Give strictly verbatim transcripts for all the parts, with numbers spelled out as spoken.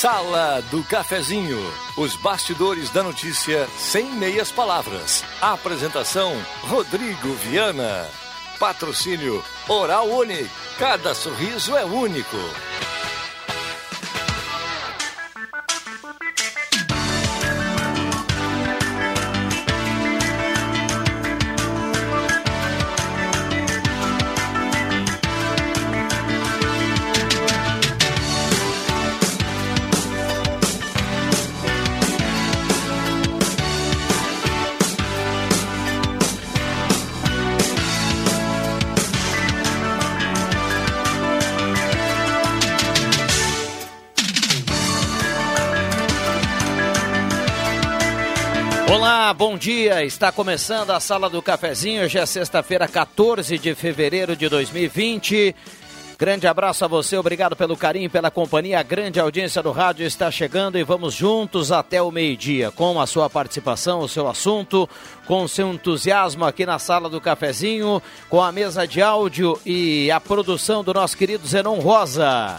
Sala do Cafezinho. Os bastidores da notícia sem meias palavras. Apresentação, Rodrigo Viana. Patrocínio Oral Unique. Cada sorriso é único. Olá, bom dia, está começando a Sala do Cafezinho, hoje é sexta-feira, quatorze de fevereiro de dois mil e vinte. Grande abraço a você, obrigado pelo carinho, pela companhia, a grande audiência do rádio está chegando e vamos juntos até o meio-dia com a sua participação, o seu assunto, com o seu entusiasmo aqui na Sala do Cafezinho, com a mesa de áudio e a produção do nosso querido Zenon Rosa.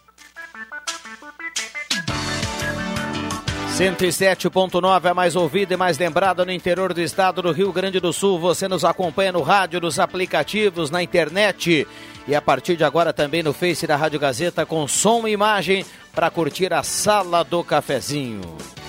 cento e sete ponto nove, a mais ouvida e mais lembrada no interior do estado do Rio Grande do Sul. Você nos acompanha no rádio, nos aplicativos, na internet e a partir de agora também no Face da Rádio Gazeta com som e imagem para curtir a Sala do Cafezinho.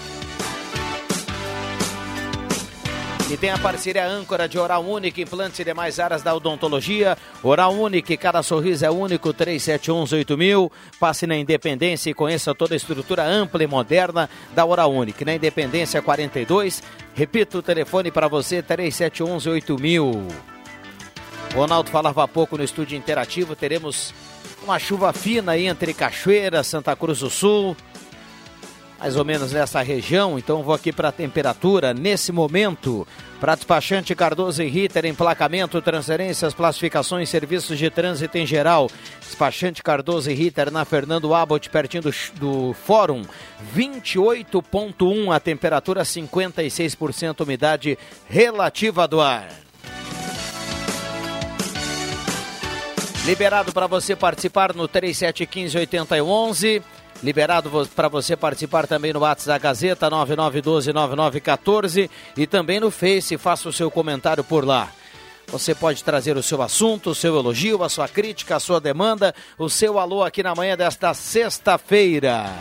E tem a parceria âncora de Oral Unique, implantes e demais áreas da odontologia. Oral Unique, cada sorriso é único, três sete um, oito mil. Passe na Independência e conheça toda a estrutura ampla e moderna da Oral Unique. Na Independência quarenta e dois, repito o telefone para você, três sete um, oito mil. Ronaldo falava há pouco no estúdio interativo, teremos uma chuva fina aí entre Cachoeira, Santa Cruz do Sul, mais ou menos nessa região, então vou aqui para a temperatura. Nesse momento, para despachante Cardoso e Ritter, emplacamento, transferências, classificações, serviços de trânsito em geral. Despachante Cardoso e Ritter na Fernando Abbott, pertinho do, do Fórum, vinte e oito ponto um, a temperatura cinquenta e seis por cento, umidade relativa do ar. Liberado para você participar no três sete um cinco, oito zero um um. Liberado para você participar também no WhatsApp da Gazeta, nove nove um dois, nove nove um quatro, e também no Face, faça o seu comentário por lá. Você pode trazer o seu assunto, o seu elogio, a sua crítica, a sua demanda, o seu alô aqui na manhã desta sexta-feira.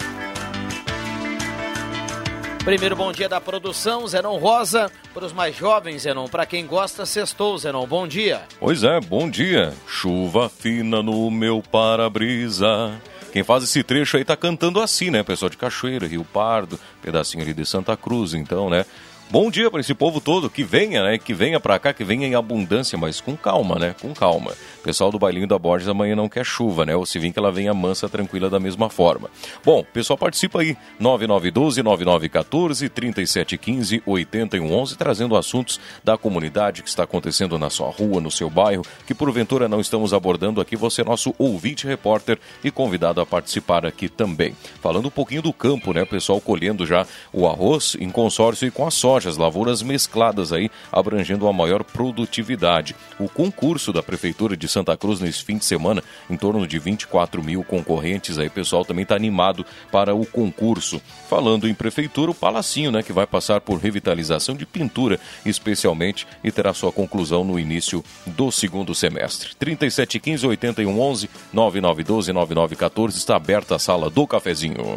Primeiro bom dia da produção, Zenon Rosa, para os mais jovens, Zenon, para quem gosta, sextou, Zenon, bom dia. Pois é, bom dia. Chuva fina no meu para-brisa. Quem faz esse trecho aí tá cantando assim, né? Pessoal de Cachoeira, Rio Pardo, pedacinho ali de Santa Cruz, então, né? Bom dia para esse povo todo, que venha, né? Que venha para cá, que venha em abundância, mas com calma, né? Com calma. Pessoal do Bailinho da Borges amanhã não quer chuva, né? Ou se vir que ela venha mansa, tranquila da mesma forma. Bom, pessoal, participa aí, nove nove um dois, nove nove um quatro, três sete um cinco, oito um um um, trazendo assuntos da comunidade que está acontecendo na sua rua, no seu bairro, que porventura não estamos abordando aqui. Você é nosso ouvinte, repórter e convidado a participar aqui também. Falando um pouquinho do campo, né? Pessoal colhendo já o arroz em consórcio e com a soja. As lavouras mescladas aí, abrangendo a maior produtividade. O concurso da Prefeitura de Santa Cruz nesse fim de semana, em torno de vinte e quatro mil concorrentes aí, o pessoal também está animado para o concurso. Falando em Prefeitura, o Palacinho, né, que vai passar por revitalização de pintura, especialmente, e terá sua conclusão no início do segundo semestre. trinta e sete quinze, oitenta e um onze, nove nove um dois, nove nove um quatro, está aberta a Sala do Cafezinho.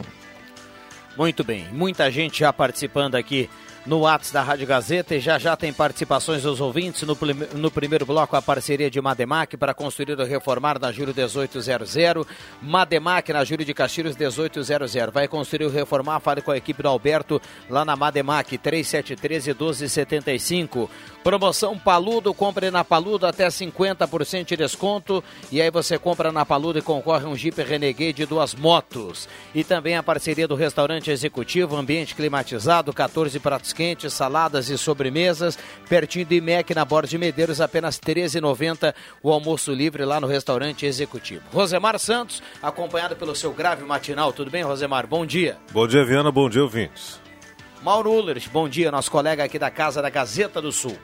Muito bem, muita gente já participando aqui no WhatsApp da Rádio Gazeta, e já já tem participações dos ouvintes. No, no primeiro bloco, a parceria de Mademac para construir ou reformar na Júlio dezoito zero zero. Mademac na Júlio de Castilhos dezoito zero zero. Vai construir ou reformar? Fale com a equipe do Alberto lá na Mademac, três sete um três, um dois sete cinco. Promoção Paludo, compre na Paludo até cinquenta por cento de desconto, e aí você compra na Paludo e concorre a um Jeep Renegade de duas motos. E também a parceria do Restaurante Executivo, ambiente climatizado, quatorze pratos quentes, saladas e sobremesas, pertinho do I M E C, na Borda de Medeiros, apenas treze reais e noventa centavos o almoço livre lá no Restaurante Executivo. Rosemar Santos, acompanhado pelo seu grave matinal. Tudo bem, Rosemar? Bom dia. Bom dia, Viana. Bom dia, ouvintes. Mauro Ullrich, bom dia, nosso colega aqui da Casa da Gazeta do Sul.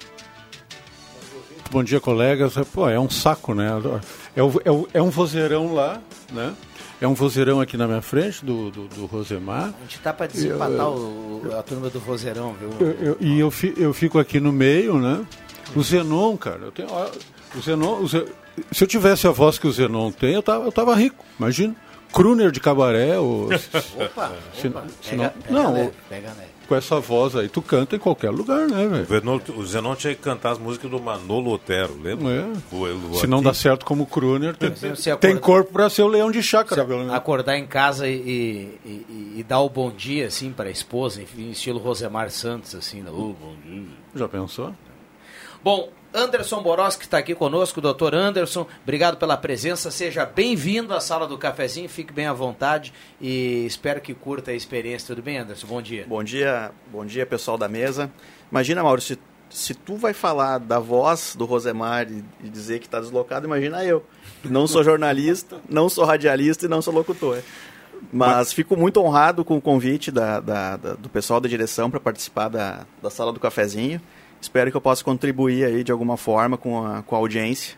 Bom dia, colegas. Pô, é um saco, né? É, o, é, o, é um vozeirão lá, né? É um vozeirão aqui na minha frente, do, do, do Rosemar. A gente tá para desempatar eu, o, a turma do vozeirão, viu? Eu, eu, e eu, fi, eu fico aqui no meio, né? O Zenon, cara, eu tenho... O Zenon, o Zenon, se eu tivesse a voz que o Zenon tem, eu tava, eu tava rico, imagina. Kruner de cabaré. Ou, opa, se, opa. Se pega, não, pega não leve, pega leve. Com essa voz aí, tu canta em qualquer lugar, né, velho? O Zenon tinha que cantar as músicas do Manolo Otero, lembra? É. O, o, o se não dá certo como o Kruner, tem, acordar, tem corpo pra ser o leão de chácara. Pelo acordar em casa e, e, e, e dar o bom dia, assim, pra esposa, em estilo Rosemar Santos, assim, né? Oh, bom dia. Já pensou? Bom, Anderson Boroski está aqui conosco, doutor Anderson, obrigado pela presença, seja bem-vindo à Sala do Cafezinho, fique bem à vontade e espero que curta a experiência. Tudo bem, Anderson? Bom dia. Bom dia, bom dia pessoal da mesa. Imagina, Mauro, se, se tu vai falar da voz do Rosemar e, e dizer que está deslocado, imagina eu. Não sou jornalista, não sou radialista e não sou locutor. Mas, Mas... fico muito honrado com o convite da, da, da, do pessoal da direção para participar da, da Sala do Cafezinho. Espero que eu possa contribuir aí de alguma forma com a, com a audiência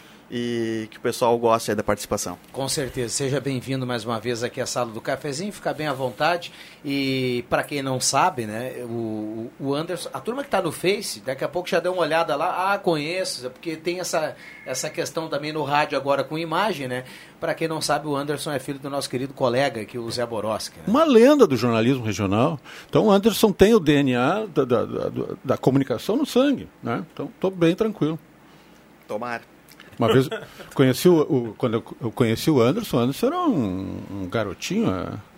e que o pessoal goste aí da participação. Com certeza. Seja bem-vindo mais uma vez aqui à Sala do Cafezinho, fica bem à vontade. E para quem não sabe, né, o, o Anderson, a turma que está no Face, daqui a pouco já deu uma olhada lá, ah, conheço, porque tem essa, essa questão também no rádio agora com imagem, né? Para quem não sabe, o Anderson é filho do nosso querido colega aqui, o Zé Boroski. Né? Uma lenda do jornalismo regional. Então o Anderson tem o D N A da, da, da, da comunicação no sangue, né? Então estou bem tranquilo. Tomara. Uma vez conheci o, o, quando eu conheci o Anderson, o Anderson era um, um garotinho.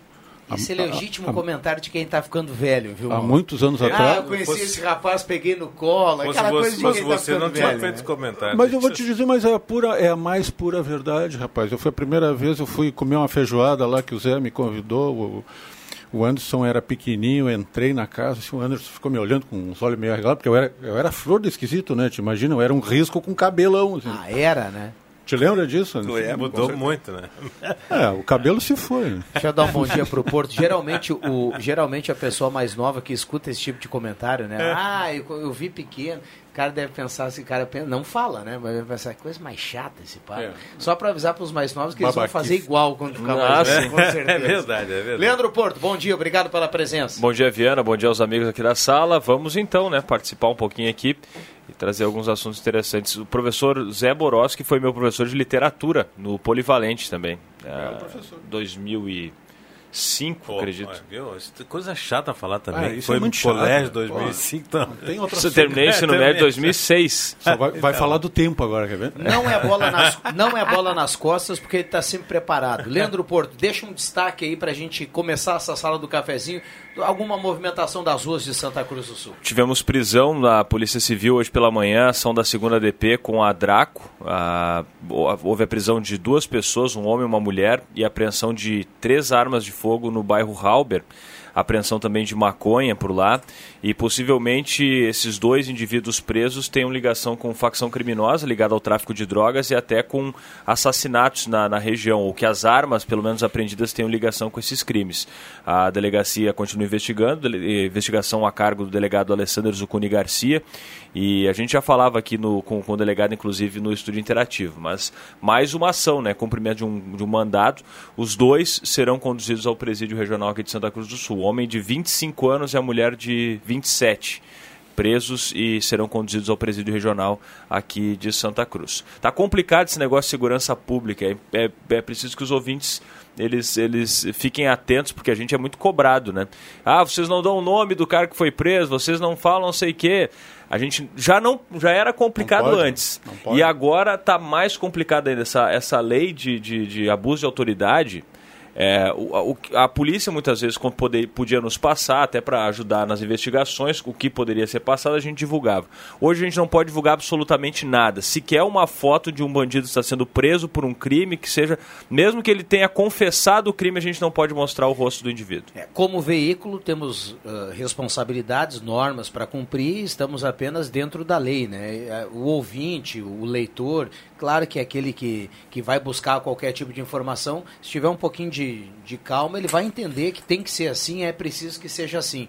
A, Esse é legítimo a, a, comentário de quem está ficando velho, viu? Há mano? muitos anos ah, atrás. Ah, eu conheci fosse, esse rapaz, peguei no colo, aquela você, coisa de mas quem você tá não velho, tinha né? feito esse comentário. Mas eu vou te dizer, mas é a, pura, é a mais pura verdade, rapaz. Eu fui a primeira vez, eu fui comer uma feijoada lá que o Zé me convidou. O, o Anderson era pequenininho, eu entrei na casa, assim, o Anderson ficou me olhando com uns olhos meio arregalados, porque eu era, eu era flor do esquisito, né? Te imagina, eu era um risco com cabelão. Assim. Ah, era, né? Te lembra disso? É, mudou muito, né? É, o cabelo se foi. Né? Deixa eu dar um bom dia pro Porto. Geralmente, o, geralmente a pessoa mais nova que escuta esse tipo de comentário, né? É. Ah, eu, eu vi pequeno. O cara deve pensar assim, cara não fala, né? Mas deve pensar, coisa mais chata esse papo. É. Só para avisar para os mais novos que Babaquice. Eles vão fazer igual quando ficar mais ah, velho, com certeza. É verdade, é verdade. Leandro Porto, bom dia, obrigado pela presença. Bom dia, Viana, bom dia aos amigos aqui da sala. Vamos então, né, participar um pouquinho aqui e trazer alguns assuntos interessantes. O professor Zé Boroski foi meu professor de literatura no Polivalente também. É, é dois mil e cinco, Pô, acredito. Viu? Coisa chata falar também. Ah, isso foi é muito no colégio chato. dois mil e cinco. Então. Tem outra Você terminei isso no médio dois mil e seis. Só vai, vai falar do tempo agora, quer ver? Não é bola nas, não é bola nas costas, porque ele está sempre preparado. Leandro Porto, deixa um destaque aí para a gente começar essa Sala do Cafezinho. Alguma movimentação das ruas de Santa Cruz do Sul? Tivemos prisão na Polícia Civil hoje pela manhã, ação da segunda D P com a Draco. A, houve a prisão de duas pessoas, um homem e uma mulher, e a apreensão de três armas de fogo no bairro Halber. Apreensão também de maconha por lá, e possivelmente esses dois indivíduos presos tenham ligação com facção criminosa ligada ao tráfico de drogas e até com assassinatos na, na região, ou que as armas, pelo menos apreendidas, tenham ligação com esses crimes. A delegacia continua investigando, dele, investigação a cargo do delegado Alessandro Zucuni Garcia, e a gente já falava aqui no, com, com o delegado, inclusive, no estúdio interativo, mas mais uma ação, né, cumprimento de um, de um mandado. Os dois serão conduzidos ao presídio regional aqui de Santa Cruz do Sul. O homem de vinte e cinco anos e a mulher de vinte e sete, presos e serão conduzidos ao presídio regional aqui de Santa Cruz. Tá complicado esse negócio de segurança pública, é, é, é preciso que os ouvintes eles, eles fiquem atentos, porque a gente é muito cobrado, né? Ah, vocês não dão o nome do cara que foi preso, vocês não falam não sei o quê. A gente já, não, já era complicado não pode, antes, não pode. E agora está mais complicado ainda. Essa, essa lei de, de, de abuso de autoridade. É, o, a, a polícia muitas vezes, quando poder, podia nos passar, até para ajudar nas investigações, o que poderia ser passado, a gente divulgava. Hoje a gente não pode divulgar absolutamente nada. Sequer uma foto de um bandido que está sendo preso por um crime, que seja, mesmo que ele tenha confessado o crime, a gente não pode mostrar o rosto do indivíduo. É, como veículo, temos uh, responsabilidades, normas para cumprir, estamos apenas dentro da lei, né? O ouvinte, o leitor, claro que é aquele que, que vai buscar qualquer tipo de informação, se tiver um pouquinho de De, de calma, ele vai entender que tem que ser assim, é preciso que seja assim.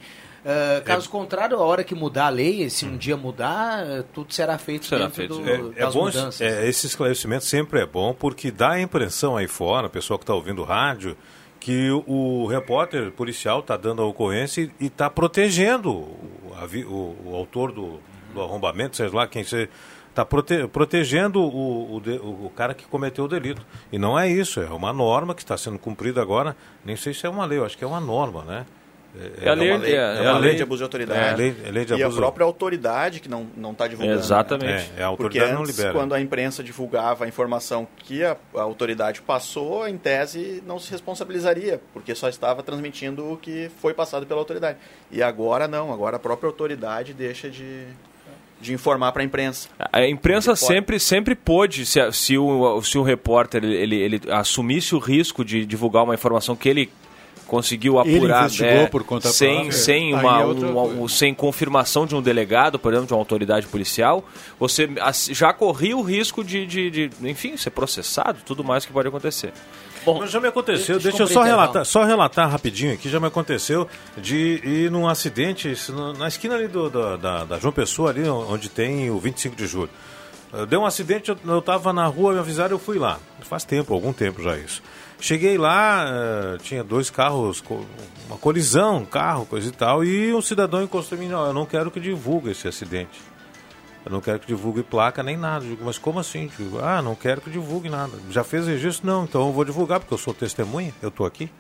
Uh, caso é. contrário, a hora que mudar a lei, se um hum. dia mudar, tudo será feito será dentro feito. Do, é, das é bom, mudanças. É, esse esclarecimento sempre é bom, porque dá a impressão aí fora, o pessoal que está ouvindo o rádio, que o, o repórter policial está dando a ocorrência e está protegendo o, a, o, o autor do, do arrombamento, seja lá quem seja, está prote, protegendo o, o, o cara que cometeu o delito. E não é isso, é uma norma que está sendo cumprida agora, nem sei se é uma lei, eu acho que é uma norma, né? É, é, é, uma lei, é, é uma lei, lei de abuso de autoridade. É, lei, é lei de abuso. E a própria autoridade que não não está divulgando. Exatamente. Né? É, a autoridade Porque não antes, libera. Quando a imprensa divulgava a informação que a, a autoridade passou, em tese não se responsabilizaria, porque só estava transmitindo o que foi passado pela autoridade. E agora não, agora a própria autoridade deixa de... de informar para a imprensa. A imprensa sempre, sempre pôde, se, se, o, se o repórter ele, ele assumisse o risco de divulgar uma informação que ele conseguiu apurar, né, por conta sem, própria, sem, uma, é um, um, sem confirmação de um delegado, por exemplo, de uma autoridade policial, você já corria o risco de, de, de enfim, ser processado, tudo mais que pode acontecer. Bom, mas já me aconteceu, deixa, deixa eu só relatar, só relatar rapidinho aqui, já me aconteceu de ir num acidente na esquina ali do, da, da, da João Pessoa, ali onde tem o vinte e cinco de julho. Deu um acidente, eu estava na rua, me avisaram, eu fui lá. Faz tempo, algum tempo já isso. Cheguei lá, uh, tinha dois carros, uma colisão, um carro, coisa e tal, e um cidadão encostou em mim, não, eu não quero que divulgue esse acidente. Eu não quero que divulgue placa nem nada. Eu digo, mas como assim? Eu digo, ah, não quero que divulgue nada. Já fez registro? Não, então eu vou divulgar, porque eu sou testemunha, eu estou aqui.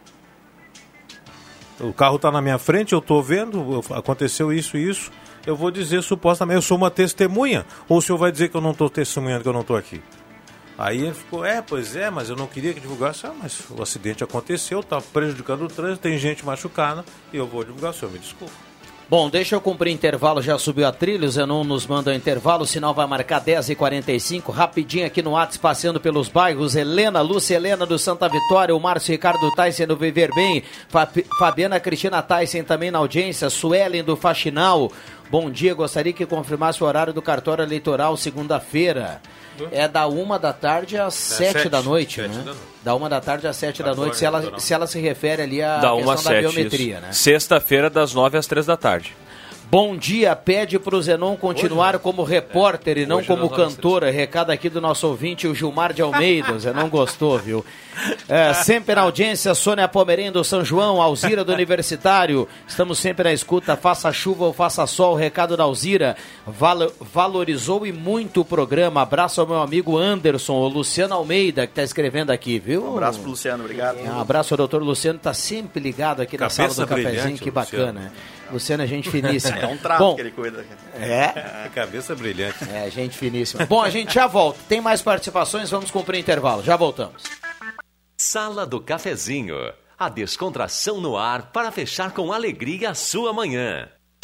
O carro está na minha frente, eu estou vendo, aconteceu isso e isso, eu vou dizer supostamente, eu sou uma testemunha, ou o senhor vai dizer que eu não estou testemunhando, que eu não estou aqui? Aí ele ficou, é, pois é, mas eu não queria que divulgasse. Ah, mas o acidente aconteceu, está prejudicando o trânsito, tem gente machucada, e eu vou divulgar, o senhor me desculpa. Bom, deixa eu cumprir intervalo, já subiu a trilha, o Zenon nos manda o intervalo, o sinal vai marcar dez e quarenta e cinco, rapidinho aqui no WhatsApp, passeando pelos bairros, Helena, Lúcia Helena do Santa Vitória, o Márcio Ricardo Tyson do Viver Bem, Fabiana Cristina Tyson também na audiência, Suelen do Faxinal, bom dia, gostaria que confirmasse o horário do cartório eleitoral segunda-feira. É da uma da tarde às sete, é sete da noite, sete né? Da, noite. da uma da tarde às sete da noite, se ela, se ela se refere ali à da questão uma, da sete, biometria, isso. né? Sexta-feira, das nove às três da tarde. Bom dia, pede para o Zenon continuar hoje, como repórter é, e não como cantor. Recado aqui do nosso ouvinte, o Gilmar de Almeida. O Zenon gostou, viu? É, sempre na audiência, Sônia Pomerém do São João, Alzira do Universitário. Estamos sempre na escuta, faça chuva ou faça sol. Recado da Alzira. Val- valorizou e muito o programa. Abraço ao meu amigo Anderson, o Luciano Almeida, que está escrevendo aqui, viu? Um abraço pro Luciano, obrigado. É, um abraço ao doutor Luciano, está sempre ligado aqui Cabeça na sala do cafezinho, que bacana. Luciano. Luciano é gente finíssima. É um trato Bom, que ele cuida. É. Cabeça brilhante. É, gente finíssima. Bom, a gente já volta. Tem mais participações, vamos cumprir intervalo. Já voltamos. Sala do Cafezinho. A descontração no ar para fechar com alegria a sua manhã.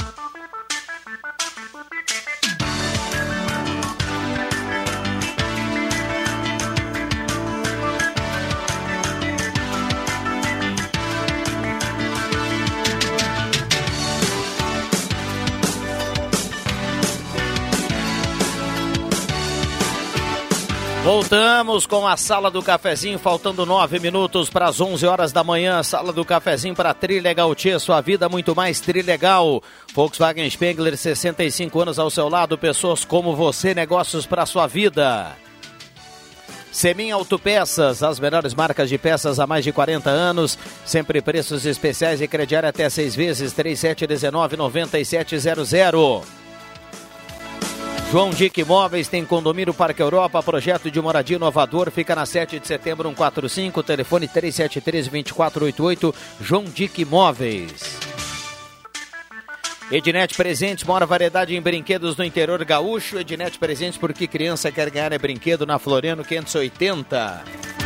Voltamos com a Sala do Cafezinho, faltando nove minutos para as onze horas da manhã. Sala do Cafezinho para Trilegal Tia, sua vida muito mais Trilegal. Volkswagen Spengler, sessenta e cinco anos ao seu lado, pessoas como você, negócios para sua vida. Semin Autopeças, as melhores marcas de peças há mais de quarenta anos, sempre preços especiais e crediário até seis vezes, trinta e sete dezenove, noventa e sete zero zero. João Dick Imóveis tem condomínio Parque Europa, projeto de moradia inovador, fica na sete de setembro, cento e quarenta e cinco, telefone três sete três, dois quatro oito oito, João Dick Imóveis. Ednet Presentes, maior variedade em brinquedos no interior gaúcho. Ednet Presentes, porque criança quer ganhar é brinquedo, na Floriano quinhentos e oitenta.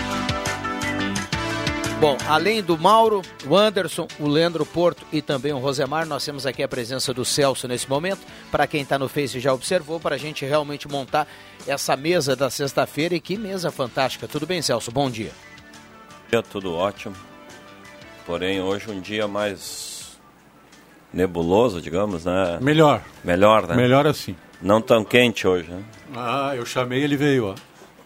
Bom, além do Mauro, o Anderson, o Leandro Porto e também o Rosemar, nós temos aqui a presença do Celso nesse momento. Para quem está no Face já observou, para a gente realmente montar essa mesa da sexta-feira. E que mesa fantástica. Tudo bem, Celso? Bom dia. Dia tudo ótimo. Porém, hoje um dia mais nebuloso, digamos, né? Melhor. Melhor, né? Melhor assim. Não tão quente hoje, né? Ah, eu chamei, ele veio, ó.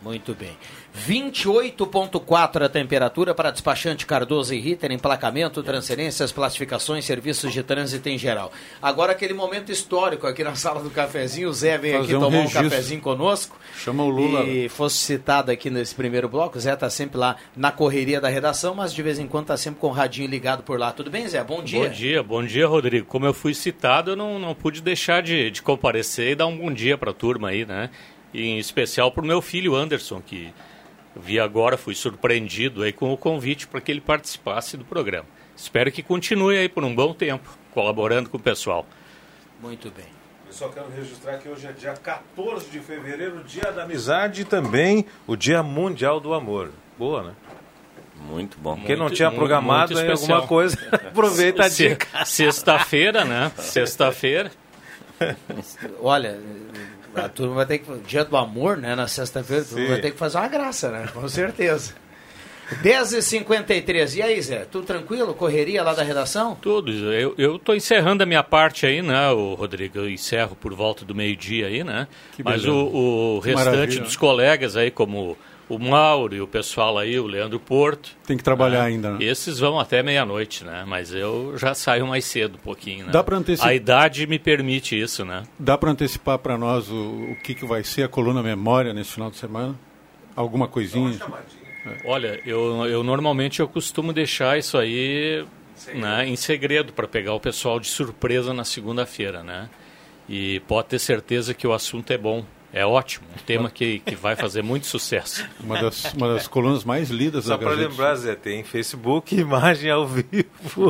Muito bem. vinte e oito vírgula quatro a temperatura para despachante Cardoso e Ritter, emplacamento, transferências, classificações, serviços de trânsito em geral. Agora aquele momento histórico aqui na sala do cafezinho, o Zé vem Fazer aqui um tomar registro. um cafezinho conosco. Chama o Lula. E fosse citado aqui nesse primeiro bloco, o Zé está sempre lá na correria da redação, mas de vez em quando está sempre com o radinho ligado por lá. Tudo bem, Zé? Bom dia. Bom dia, bom dia, Rodrigo. Como eu fui citado, eu não, não pude deixar de, de comparecer e dar um bom dia para a turma aí, né? E em especial para o meu filho Anderson, que vi agora, fui surpreendido aí com o convite para que ele participasse do programa. Espero que continue aí por um bom tempo, colaborando com o pessoal. Muito bem. Eu só quero registrar que hoje é dia quatorze de fevereiro, dia da amizade e também o dia mundial do amor. Boa, né? Muito bom. Quem não Muito, tinha muito, programado muito aí alguma coisa, aproveita a Se- dica. Sexta-feira, né? Sexta-feira. Olha, a turma vai ter que... Dia do amor, né? Na sexta-feira, a turma Sim. vai ter que fazer uma graça, né? Com certeza. dez e cinquenta e três. E aí, Zé? Tudo tranquilo? Correria lá da redação? Tudo. Eu, eu tô encerrando a minha parte aí, né, o Rodrigo? Eu encerro por volta do meio-dia aí, né? Que Mas beleza. o, o Que restante maravilha, dos né? colegas aí, como o Mauro e o pessoal aí, o Leandro Porto. Tem que trabalhar né? ainda, né? Esses vão até meia-noite, né? Mas eu já saio mais cedo um pouquinho, né? Dá pra antecipar- A idade me permite isso, né? Dá para antecipar para nós o, o que, que vai ser a coluna Memória nesse final de semana? Alguma coisinha? Olha, eu, eu normalmente eu costumo deixar isso aí né, em segredo para pegar o pessoal de surpresa na segunda-feira, né? E pode ter certeza que o assunto é bom, é ótimo, um tema que, que vai fazer muito sucesso. Uma das, uma das colunas mais lidas Só da para Gazeta. lembrar, Zé, tem Facebook, imagem ao vivo.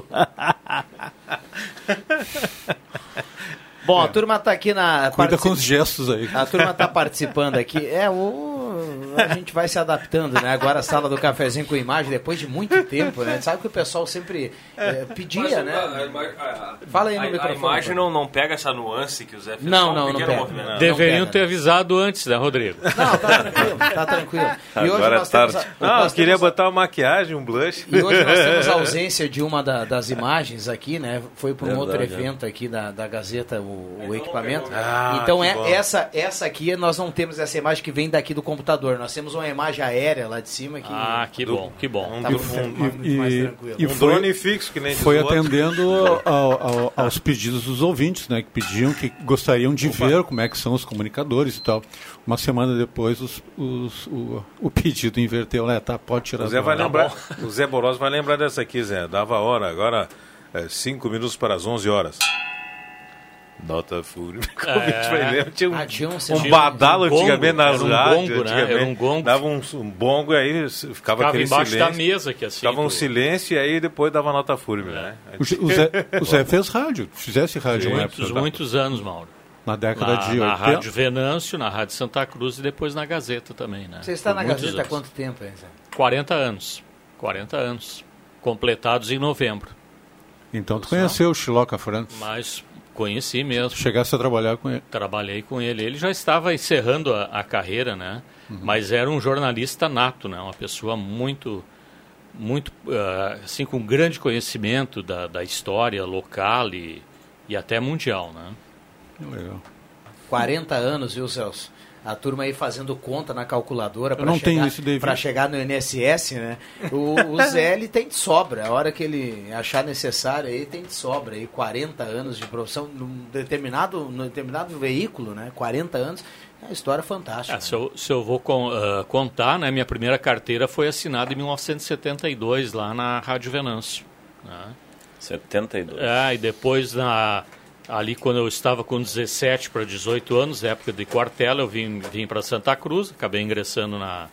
Bom, a turma está aqui na... Cuida partici- com os gestos aí. A turma está participando aqui. É, o... a gente vai se adaptando, né? Agora a sala do cafezinho com imagem, depois de muito tempo, né? Sabe que o pessoal sempre é, pedia, Mas, né? a, a, a, Fala aí no a, microfone. A imagem não, não pega essa nuance que o Zé fez. Não, só um não, não pequeno pega. movimento. Não. Deveriam pega, ter né? avisado antes, né, Rodrigo? Não, tá tranquilo, tá tranquilo. E hoje Agora nós é tarde. temos a- Não, eu nós queria temos a- botar uma maquiagem, um blush. E hoje nós temos a ausência de uma da- das imagens aqui, né? Foi para um Verdade, outro é. evento aqui da, da Gazeta, o, o equipamento. Ah, então que é bom. essa essa aqui, nós não temos essa imagem que vem daqui do computador. Nós temos uma imagem aérea lá de cima que Ah, que bom, que bom. Um, tá um, muito, um, muito mais e- tranquilo. e um foi- drone fixo, que nem diz Foi o outro. atendendo ao- ao- aos pedidos dos ouvintes, né? Que pediam, que gostariam de ver como é que são os comunicadores e tal. Uma semana depois, os, os- o, o pedido inverteu, né? Tá, pode tirar O Zé do vai ar. lembrar, o Zé Boros vai lembrar dessa aqui, Zé. Dava a hora, agora é, cinco minutos para as onze horas. Nota fúria. É. Tinha um, Ah, tinha um- um tinha um badalo gongo, antigamente nas era um rádios. gongo, né? antigamente. Era um gongo. Dava um, um bongo e aí ficava, Ficava aquele embaixo silêncio. da mesa, que assim... Ficava um tu- silêncio e aí depois dava nota fúria, né? O, Zé- o Zé, o Zé fez rádio, fizesse rádio uma Muitos, época, muitos anos, Mauro. na década Na, de na oitenta. Rádio Venâncio, na Rádio Santa Cruz e depois na Gazeta também, né? Você está Por na muitos Gazeta há anos. quanto tempo, hein, Zé? quarenta anos. quarenta anos. Completados em novembro. Então tu conheceu o Chiloca Francis. Mas conheci mesmo. Chegasse a trabalhar com ele. Trabalhei com ele. Ele já estava encerrando a, a carreira, né? Mas era um jornalista nato, né? Uma pessoa muito, muito, ah, assim, com grande conhecimento da, da história local e, e até mundial, né? Legal. quarenta anos, viu, Celso? A turma aí fazendo conta na calculadora para não tenho chegar, isso, David. pra chegar no I N S S, né? O, o Zé, ele tem de sobra. A hora que ele achar necessário, aí tem de sobra. Aí quarenta anos de profissão num determinado, num determinado veículo, né? quarenta anos. É uma história fantástica. Ah, se, eu, se eu vou con- ah, contar, né? Minha primeira carteira foi assinada em mil novecentos e setenta e dois, lá na Rádio Venâncio, né? setenta e dois. É, e depois, na, ali quando eu estava com dezessete para dezoito anos, época de quartela, eu vim, vim para Santa Cruz, acabei ingressando na,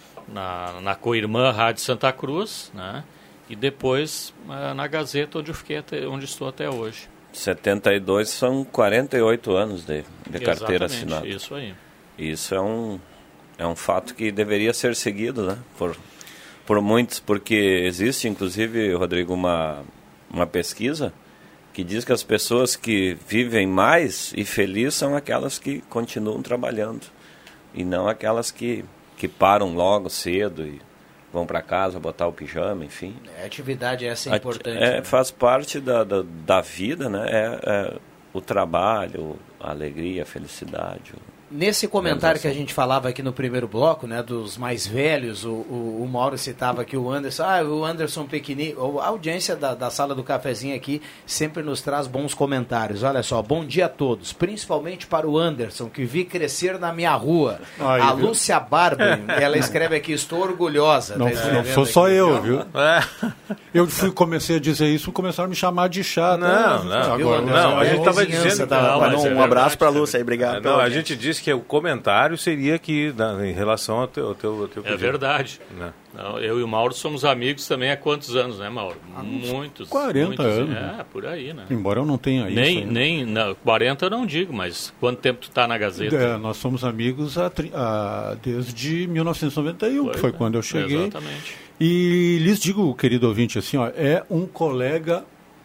na, na co-irmã Rádio Santa Cruz, né? E depois eh, na Gazeta, onde eu fiquei até, onde estou até hoje. setenta e dois são quarenta e oito anos de, de carteira Exatamente, assinada. isso aí. Isso é um, é um fato que deveria ser seguido, né? Por, por muitos, porque existe, inclusive, Rodrigo, uma, uma pesquisa que diz que as pessoas que vivem mais e felizes são aquelas que continuam trabalhando e não aquelas que, que param logo cedo e vão para casa botar o pijama, enfim. A atividade essa é importante. É, né? faz parte da, da, da vida, né? É, é o trabalho, a alegria, a felicidade, Nesse comentário que a gente falava aqui no primeiro bloco, né, dos mais velhos, o, o, o Mauro citava aqui o Anderson, ah, o Anderson pequenininho, a audiência da, da sala do cafezinho aqui sempre nos traz bons comentários. Olha só, bom dia a todos, principalmente para o Anderson, que vi crescer na minha rua. Aí, a viu? Lúcia Barba, ela escreve aqui, estou orgulhosa. Não, tá não sou só eu, não, viu? É. Eu fui, comecei a dizer isso, começaram a me chamar de chato. Não, né? não, agora, não, não, a gente estava dizendo... Da, não, um, um abraço para a Lúcia aí, obrigado. Não, a gente disse que o comentário seria que na, em relação ao teu, ao teu, ao teu pedido. É verdade. Não. Não, eu e o Mauro somos amigos também há quantos anos, né, Mauro? Há muitos. quarenta muitos, anos. É, por aí, né? Embora eu não tenha nem, isso. Nem, não, quarenta eu não digo, mas quanto tempo tu tá na Gazeta? É, nós somos amigos há, há, desde mil novecentos e noventa e um, foi, que foi quando eu cheguei. Exatamente. E lhes digo, querido ouvinte, assim, ó, é um colega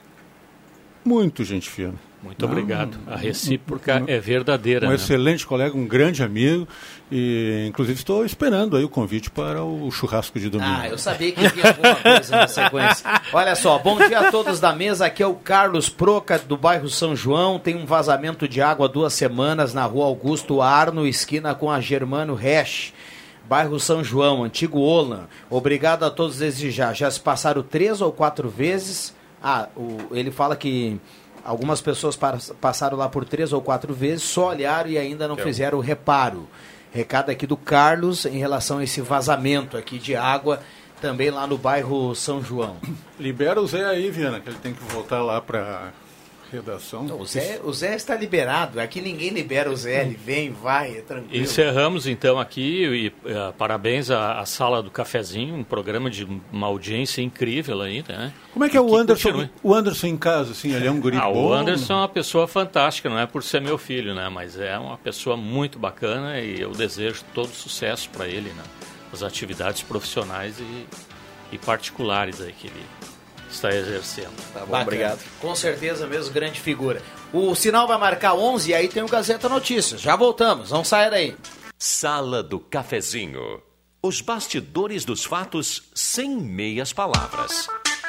muito gente fina. Muito obrigado. A recíproca é verdadeira. Um né? excelente colega, um grande amigo. E, inclusive, estou esperando aí o convite para o churrasco de domingo. Ah, eu sabia que havia alguma coisa na sequência. Olha só, bom dia a todos da mesa. Aqui é o Carlos Proca, do bairro São João. Tem um vazamento de água há duas semanas na rua Augusto Arno, esquina com a Germano Resch. Bairro São João, antigo Olan. Obrigado a todos desde já. Já se passaram três ou quatro vezes. Ah, o, ele fala que... Algumas pessoas passaram lá por três ou quatro vezes, só olharam e ainda não fizeram o reparo. Recado aqui do Carlos em relação a esse vazamento aqui de água, também lá no bairro São João. Libera o Zé aí, Viana, que ele tem que voltar lá para redação. Não, o, Zé, o Zé está liberado, aqui ninguém libera o Zé, ele vem, vai, é tranquilo. Encerramos então aqui e uh, parabéns à, à Sala do Cafezinho, um programa de uma audiência incrível aí, né? Como é que é o Anderson, o Anderson em casa, assim, ele é um guri ah, bom? O Anderson é uma pessoa fantástica, não é por ser meu filho, né? Mas é uma pessoa muito bacana e eu desejo todo sucesso para ele, né? Nas atividades profissionais e, e particulares aí que ele está exercendo. Tá bom, bacana. Obrigado. Com certeza mesmo, grande figura. O sinal vai marcar onze e aí tem o Gazeta Notícias. Já voltamos, vamos sair daí. Sala do Cafezinho. Os bastidores dos fatos sem meias palavras.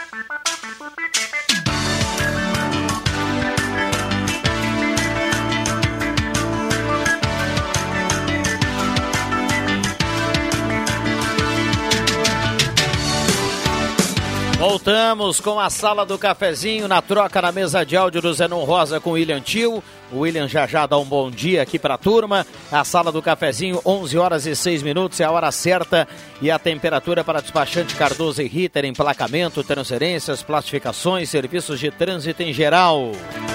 Voltamos com a Sala do Cafezinho, na troca na mesa de áudio do Zenon Rosa com o William Tio. O William já já dá um bom dia aqui para a turma. A Sala do Cafezinho, onze horas e seis minutos, é a hora certa. E a temperatura para despachante Cardoso e Ritter, emplacamento, transferências, plastificações, serviços de trânsito em geral.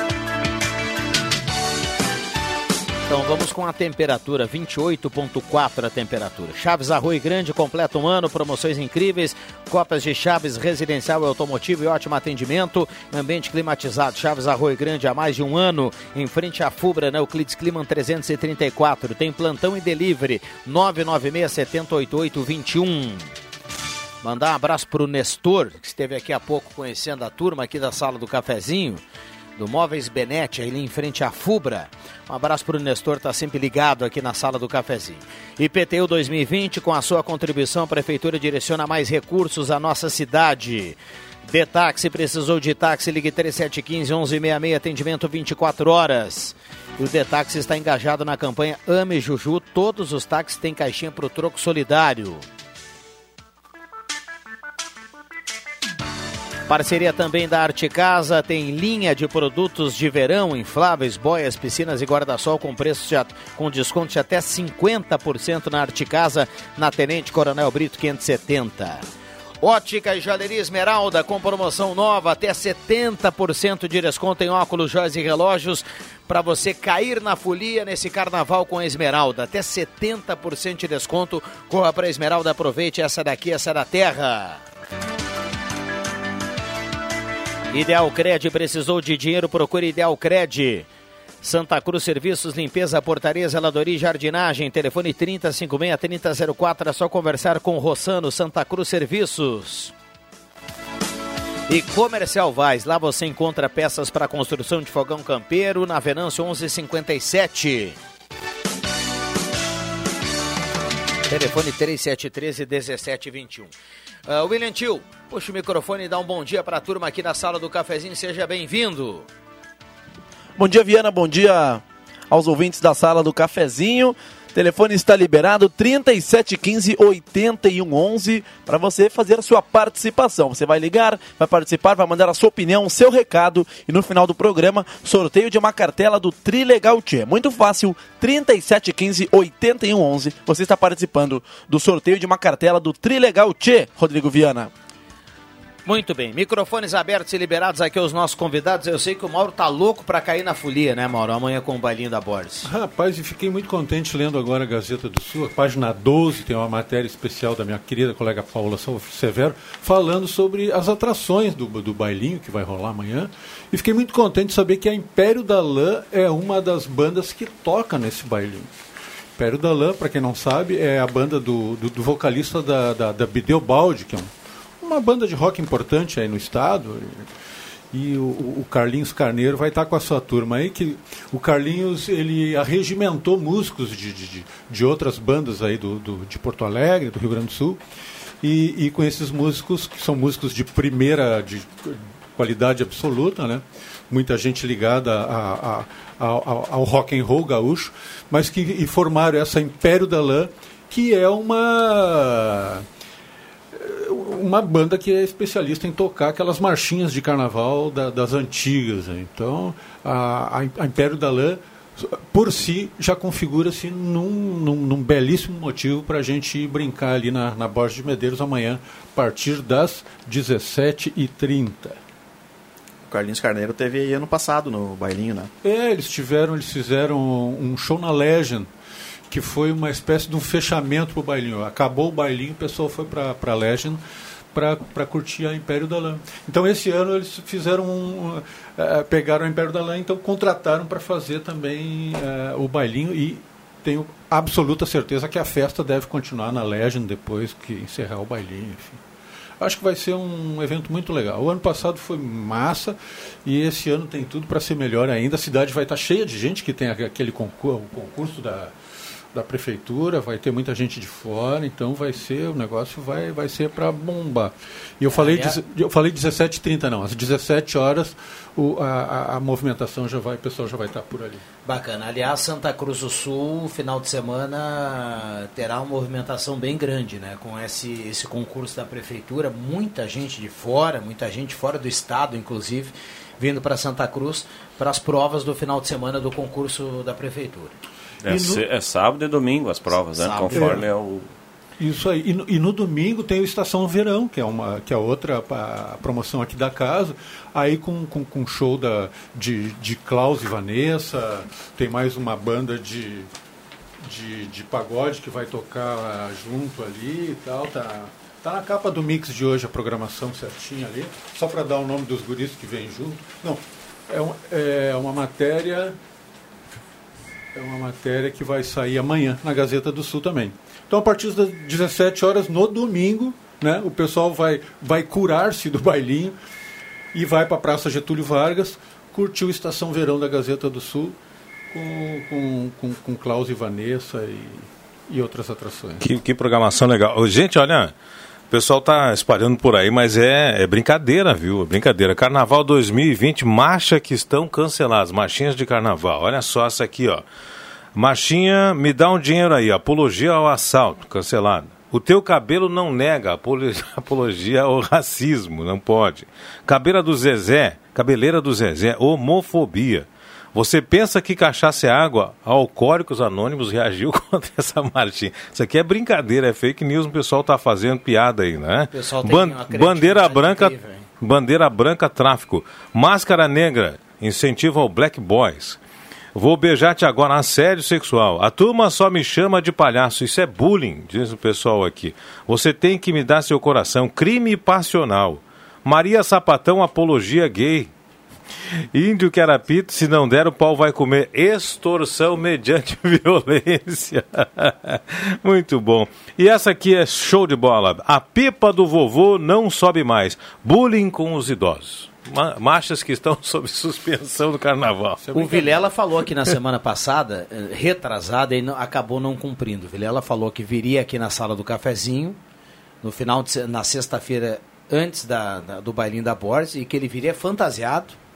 Então vamos com a temperatura, vinte e oito vírgula quatro a temperatura. Chaves Arroio Grande, completa um ano, promoções incríveis, copas de Chaves residencial e automotivo e ótimo atendimento, ambiente climatizado. Chaves Arroio Grande há mais de um ano, em frente à Fubra, na Euclides Climan trezentos e trinta e quatro. Tem plantão e delivery, nove nove seis, sete oito oito, dois um. Mandar um abraço para o Nestor, que esteve aqui há pouco conhecendo a turma aqui da Sala do Cafezinho, do Móveis Benete, ali em frente à Fubra. Um abraço para o Nestor, está sempre ligado aqui na Sala do Cafezinho. I P T U dois mil e vinte, com a sua contribuição, a Prefeitura direciona mais recursos à nossa cidade. De táxi, precisou de táxi, ligue três sete um cinco, um um seis seis, atendimento vinte e quatro horas. E o De Táxi está engajado na campanha Ame Juju, todos os táxis têm caixinha para o troco solidário. Parceria também da Arte Casa, tem linha de produtos de verão, infláveis, boias, piscinas e guarda-sol com preços de, com desconto de até cinquenta por cento na Arte Casa, na Tenente Coronel Brito quinhentos e setenta. Ótica e Joalheria Esmeralda, com promoção nova, até setenta por cento de desconto em óculos, joias e relógios, para você cair na folia nesse carnaval com a Esmeralda. Até setenta por cento de desconto, corra para a Esmeralda, aproveite, essa daqui, essa da terra. Ideal Cred, precisou de dinheiro, procure Ideal Cred. Santa Cruz Serviços, limpeza, portaria, zeladoria e jardinagem. Telefone trinta, cinquenta e seis, trinta zero quatro, é só conversar com o Rossano. Santa Cruz Serviços. E Comercial Vaz, lá você encontra peças para construção de fogão campeiro, na Venâncio onze cinquenta e sete. Telefone três sete um três, um sete dois um. Uh, William Tio, puxa o microfone e dá um bom dia para a turma aqui na Sala do Cafezinho, seja bem-vindo. Bom dia, Viana, bom dia aos ouvintes da sala do cafezinho. O telefone está liberado, trinta e sete quinze, oitenta e um onze, para você fazer a sua participação. Você vai ligar, vai participar, vai mandar a sua opinião, o seu recado, e no final do programa, sorteio de uma cartela do Trilegal Tchê. Muito fácil, trinta e sete quinze, oitenta e um onze. Você está participando do sorteio de uma cartela do Trilegal Tchê, Rodrigo Viana. Muito bem, microfones abertos e liberados aqui aos nossos convidados. Eu sei que o Mauro tá louco para cair na folia, né, Mauro? Amanhã com o bailinho da Borges. Rapaz, e fiquei muito contente lendo agora a Gazeta do Sul, a página doze, tem uma matéria especial da minha querida colega Paula Severo, falando sobre as atrações do, do bailinho que vai rolar amanhã. E fiquei muito contente de saber que a Império da Lã é uma das bandas que toca nesse bailinho. Império da Lã, para quem não sabe, é a banda do, do, do vocalista da, da, da Bideobaldi, que é um uma banda de rock importante aí no estado, e o, o Carlinhos Carneiro vai estar com a sua turma aí, que o Carlinhos, ele arregimentou músicos de, de, de outras bandas aí do, do, de Porto Alegre, do Rio Grande do Sul, e, e com esses músicos, que são músicos de primeira, de qualidade absoluta, né? Muita gente ligada a, a, a, ao, ao rock and roll gaúcho, mas que e formaram essa Império da Lã, que é uma... uma banda que é especialista em tocar aquelas marchinhas de carnaval da, das antigas. Né? Então, a, a Império da Lã, por si, já configura-se num, num, num belíssimo motivo para a gente ir brincar ali na, na Borges de Medeiros amanhã, a partir das dezessete e trinta. O Carlinhos Carneiro teve aí ano passado no bailinho, né? É, eles tiveram, eles fizeram um show na Legend, que foi uma espécie de um fechamento para o bailinho. Acabou o bailinho, o pessoal foi para a Legend para curtir a Império da Lã. Então, esse ano eles fizeram um, uh, pegaram a Império da Lã, então contrataram para fazer também uh, o bailinho, e tenho absoluta certeza que a festa deve continuar na Legend depois que encerrar o bailinho, enfim. Acho que vai ser um evento muito legal. O ano passado foi massa e esse ano tem tudo para ser melhor ainda. A cidade vai estar cheia de gente, que tem aquele concurso, o concurso da... da prefeitura, vai ter muita gente de fora, então vai ser, o negócio vai, vai ser para bombar. E eu falei, é, é... eu falei dezessete e trinta não, às dezessete horas o, a, a, a movimentação já vai, o pessoal já vai estar por ali. Bacana. Aliás, Santa Cruz do Sul, final de semana, terá uma movimentação bem grande, né? Com esse, esse concurso da prefeitura, muita gente de fora, muita gente fora do estado, inclusive, vindo para Santa Cruz para as provas do final de semana do concurso da prefeitura. É, no... é sábado e domingo as provas, né? Conforme é. é o... Isso aí. E no, e no domingo tem o Estação Verão, que é, uma, que é outra a promoção aqui da casa. Aí com, com, com show da, de, de Klaus e Vanessa. Tem mais uma banda de, de, de pagode que vai tocar junto ali e tal. Tá, tá na capa do Mix de hoje a programação certinha ali. Só para dar o nome dos guris que vêm junto. Não, é, um, é uma matéria... É uma matéria que vai sair amanhã na Gazeta do Sul também. Então, a partir das dezessete horas, no domingo, né, o pessoal vai, vai curar-se do bailinho e vai para a Praça Getúlio Vargas, curtir o Estação Verão da Gazeta do Sul com, com, com, com Klaus e Vanessa e, e outras atrações. Que, que programação legal. Gente, olha... O pessoal está espalhando por aí, mas é, é brincadeira, viu? É brincadeira. Carnaval dois mil e vinte, marcha que estão canceladas. Marchinhas de carnaval. Olha só essa aqui, ó. Marchinha, me dá um dinheiro aí. Apologia ao assalto, cancelado. O teu cabelo não nega apologia ao racismo, não pode. Cabeleira do Zezé, cabeleira do Zezé, homofobia. Você pensa que cachaça é água? Alcoólicos Anônimos reagiu contra essa marchinha. Isso aqui é brincadeira, é fake news, o pessoal está fazendo piada aí, né? O pessoal tem Ban- uma bandeira branca, incrível, bandeira branca, tráfico. Máscara negra, incentivo ao Black Boys. Vou beijar-te agora, assédio sexual. A turma só me chama de palhaço, isso é bullying, diz o pessoal aqui. Você tem que me dar seu coração, crime passional. Maria Sapatão, apologia gay. Índio que era pito, se não der o pau vai comer. Extorsão mediante violência. Muito bom. E essa aqui é show de bola. A pipa do vovô não sobe mais. Bullying com os idosos. Ma- marchas que estão sob suspensão do carnaval. O Vilela falou aqui na semana passada, retrasada, e não, acabou não cumprindo. O Vilela falou que viria aqui na sala do cafezinho, no final de, na sexta-feira, antes da, da, do bailinho da Borges, e que ele viria fantasiado,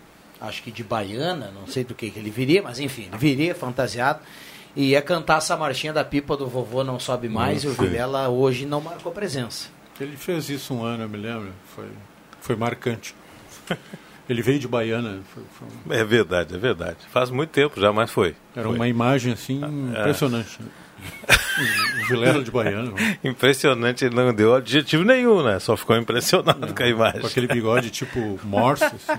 acho que de baiana, não sei do que, que ele viria, mas enfim, ele viria fantasiado e ia cantar essa marchinha da pipa do Vovô Não Sobe Mais, não, e o Vilela hoje não marcou presença. Ele fez isso um ano, eu me lembro, foi, foi marcante. Ele veio de Baiana. Foi, foi... É verdade, é verdade. Faz muito tempo já, mas foi. Era foi. uma imagem assim ah, impressionante. É. O Vilela de Baiana. Impressionante, ele não deu adjetivo nenhum, né? Só ficou impressionado não, com a imagem. Com aquele bigode tipo Morse. Assim.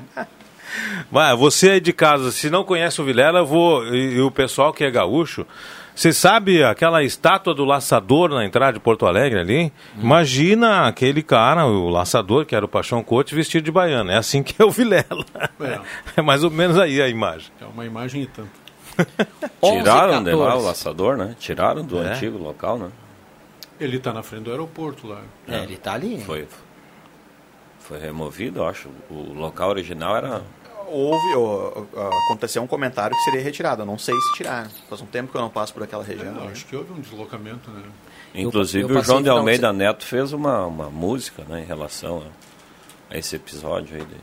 Mas você aí de casa, se não conhece o Vilela, eu vou, e, e o pessoal que é gaúcho, você sabe aquela estátua do laçador na entrada de Porto Alegre ali? Hum. Imagina aquele cara, o laçador, que era o Paixão Couto, vestido de baiano. É assim que é o Vilela. É, é mais ou menos aí a imagem. É uma imagem e tanto. Tiraram de lá o laçador, né? Tiraram do é. antigo local, né? Ele está na frente do aeroporto lá. É, é. ele está ali. Foi, foi removido, eu acho. O local original era... Houve, ou, ou, aconteceu um comentário que seria retirado. Eu não sei se tiraram. Faz um tempo que eu não passo por aquela região. É, acho que houve um deslocamento, né? Inclusive eu, eu o João de Almeida de... Neto fez uma, uma música, né, em relação a, a esse episódio aí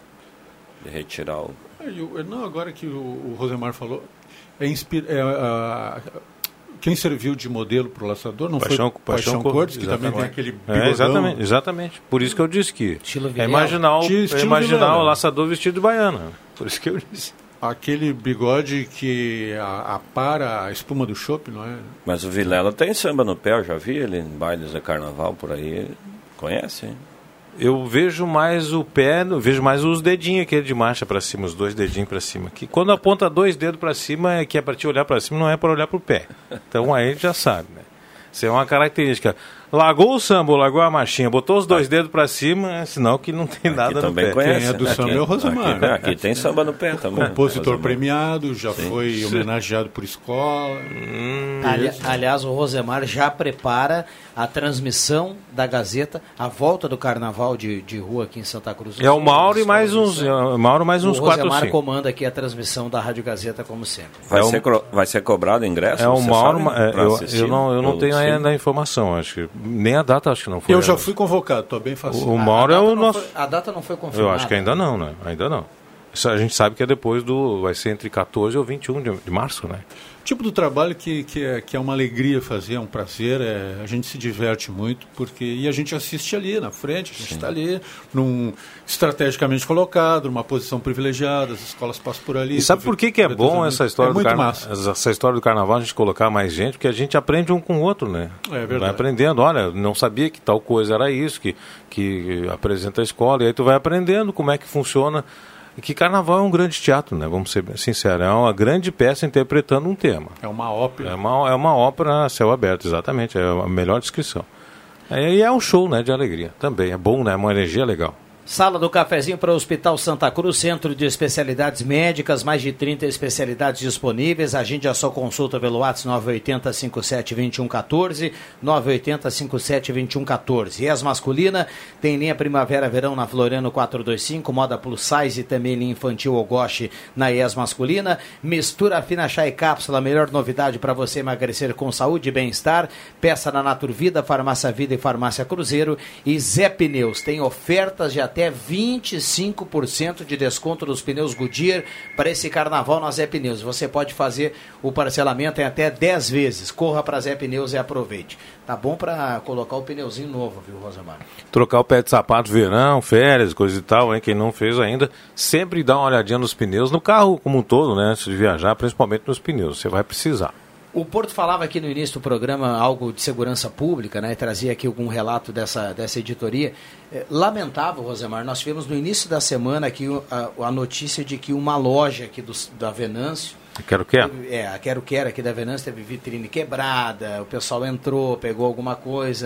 de, de retirar o... É, eu, não, agora que o, o Rosemar falou, é, inspira, é a, quem serviu de modelo para o laçador não Paixão, foi Paixão, Paixão Cortes, que também tem aquele bigodão. É, exatamente, exatamente. Por isso que eu disse que é imaginar, o, é imaginar o laçador vestido de baiana. Por isso que eu disse. Aquele bigode que apara a espuma do chopp, não é? Mas o Vilela tem samba no pé, eu já vi ele em bailes de carnaval por aí. Conhece, hein? Eu vejo mais o pé, vejo mais os dedinhos aquele de marcha para cima, os dois dedinhos para cima. Que quando aponta dois dedos para cima, é que é para te olhar para cima, não é para olhar para o pé. Então aí já sabe, né? Isso é uma característica. Largou o samba, largou a marchinha, botou os dois ah. dedos para cima, é sinal que não tem aqui nada no também pé. Conhece, Quem é do né? samba é o Rosemar. Aqui, aqui tem samba no pé também. Compositor premiado, já Sim. foi Sim. homenageado por escola. Hum, Ali, aliás, o Rosemar já prepara a transmissão da Gazeta, a volta do carnaval de, de rua aqui em Santa Cruz. É o Mauro e mais uns, é o Mauro mais uns quatro ou cinco. O Rosemar comanda aqui a transmissão da Rádio Gazeta, como sempre. Vai, é ser, um, vai ser cobrado ingresso? É o Mauro, é, eu, eu não, eu não tenho ainda a informação, acho que nem a data acho que não foi. Eu já fui convocado, estou bem fácil. O, o Mauro é o nosso... Foi, a data não foi confirmada. Eu acho que ainda não, né? Ainda não. Isso a gente sabe que é depois do... Vai ser entre quatorze ou vinte e um de, de março, né? Tipo do trabalho que, que, é, que é uma alegria fazer, é um prazer, é, a gente se diverte muito, porque e a gente assiste ali na frente, a gente está ali, num, estrategicamente colocado, numa posição privilegiada, as escolas passam por ali. E sabe por que, que é bom essa história, é do carna... essa história do carnaval, a gente colocar mais gente, porque a gente aprende um com o outro, né? É verdade. Vai aprendendo, olha, não sabia que tal coisa era isso, que, que apresenta a escola, e aí tu vai aprendendo como é que funciona. E que carnaval é um grande teatro, né? Vamos ser sinceros, é uma grande peça interpretando um tema. É uma ópera. É uma, é uma ópera a céu aberto, exatamente, é a melhor descrição. É, e é um show, né, de alegria também, é bom, né? É uma energia legal. Sala do Cafezinho para o Hospital Santa Cruz, Centro de Especialidades Médicas, mais de trinta especialidades disponíveis. Agende a sua consulta pelo WhatsApp nove oito zero, cinco sete dois um um quatro, nove oito zero, cinco sete dois um um quatro. E as masculina, tem linha Primavera-Verão na Floriano quatrocentos e vinte e cinco, moda plus size e também linha infantil Ogoshi na I E S masculina. Mistura fina chá e cápsula, melhor novidade para você emagrecer com saúde e bem-estar. Peça na Naturvida, Farmácia Vida e Farmácia Cruzeiro. E Zé Pneus, tem ofertas de até vinte e cinco por cento de desconto nos pneus Goodyear para esse carnaval na Zé Pneus. Você pode fazer o parcelamento em até dez vezes. Corra para Zé Pneus e aproveite. Tá bom para colocar o pneuzinho novo, viu, Rosemar? Trocar o pé de sapato verão, férias, coisa e tal, hein? Quem não fez ainda, sempre dá uma olhadinha nos pneus, no carro como um todo, né? Antes de viajar, principalmente nos pneus. Você vai precisar. O Porto falava aqui no início do programa algo de segurança pública, né? Trazia aqui algum relato dessa, dessa editoria. É, lamentável, Rosemar, nós tivemos no início da semana aqui a, a notícia de que uma loja aqui do, da Venâncio... Quero Quero? É, a Quero Quero aqui da Venâncio teve vitrine quebrada, o pessoal entrou, pegou alguma coisa...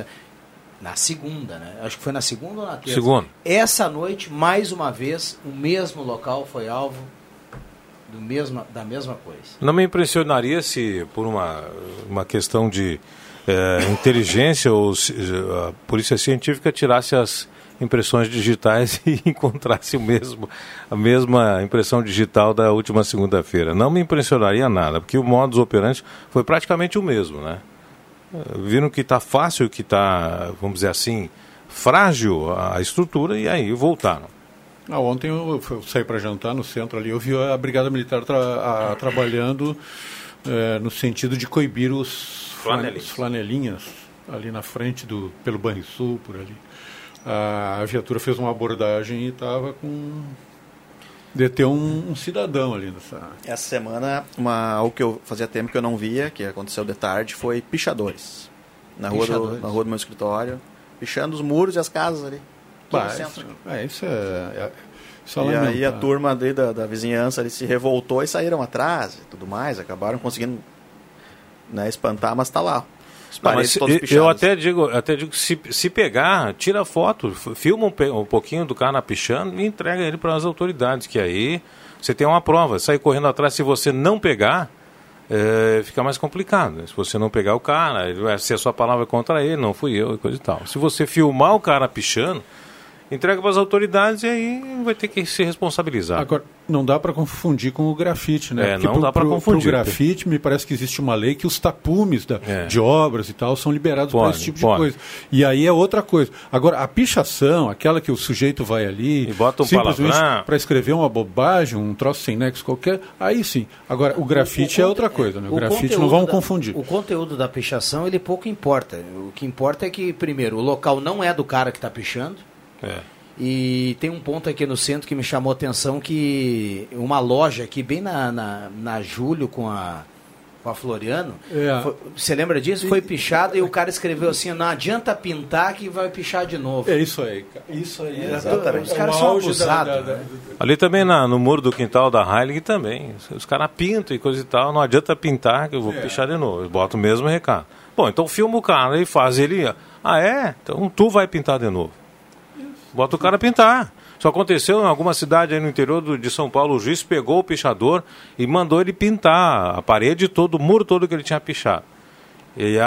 Na segunda, né? Acho que foi na segunda ou na terça? Segunda. Essa noite, mais uma vez, o mesmo local foi alvo... Do mesma, da mesma coisa. Não me impressionaria se, por uma, uma questão de é, inteligência, ou se, a polícia científica tirasse as impressões digitais e encontrasse o mesmo, a mesma impressão digital da última segunda-feira. Não me impressionaria nada, porque o modus operandi foi praticamente o mesmo, né? Viram que está fácil, que está, vamos dizer assim, frágil a estrutura, e aí voltaram. Ah, ontem eu, eu saí para jantar no centro ali, eu vi a Brigada Militar tra, a, trabalhando é, no sentido de coibir os flanelinhas. os flanelinhas ali na frente, do, pelo Banrisul, por ali. A, a viatura fez uma abordagem e estava com... deteu um, um cidadão ali nessa... Essa semana, uma, algo que eu fazia tempo que eu não via, que aconteceu de tarde, foi pichadores. Na rua, pichadores. Do, na rua do meu escritório, pichando os muros e as casas ali. Bah, isso, é, isso é... é isso é e lamentável. aí a turma ali da, da vizinhança ali se revoltou e saíram atrás e tudo mais, acabaram conseguindo, né, espantar, mas está lá. Não, mas eu, eu até digo, até digo se, se pegar, tira foto, filma um, um pouquinho do cara pichando e entrega ele para as autoridades, que aí você tem uma prova. Sair correndo atrás, se você não pegar, é, fica mais complicado. Se você não pegar o cara, ele vai ser a sua palavra contra ele, não fui eu e coisa e tal. Se você filmar o cara pichando, entrega para as autoridades e aí vai ter que se responsabilizar. Agora, não dá para confundir com o grafite, né? É, Porque não pro, dá para confundir. Para o grafite, me parece que existe uma lei que os tapumes da, é. de obras e tal são liberados para esse tipo pode. de coisa. E aí é outra coisa. Agora, a pichação, aquela que o sujeito vai ali e bota um simplesmente para escrever uma bobagem, um troço sem nexo qualquer, aí sim. Agora, o grafite o, o, é outra coisa, né? O, o grafite não vamos da, confundir. O conteúdo da pichação, ele pouco importa. O que importa é que, primeiro, o local não é do cara que está pichando. É. E tem um ponto aqui no centro que me chamou a atenção, que uma loja aqui bem na, na, na Júlio com a, com a Floriano, é. foi, você lembra disso? Foi pichado e o cara escreveu assim, não adianta pintar que vai pichar de novo. É isso aí, cara. Isso aí. É, exatamente. Os caras são abusados. Da, da, né? Ali também na, no muro do quintal da Heilig também, os caras pintam e coisa e tal, não adianta pintar que eu vou é. pichar de novo, eu boto o mesmo recado. Bom, então filma o cara e faz ele, ah é? Então tu vai pintar de novo. Bota o cara a pintar. Isso aconteceu em alguma cidade aí no interior do, de São Paulo. O juiz pegou o pichador e mandou ele pintar a parede todo, o muro todo que ele tinha pichado. E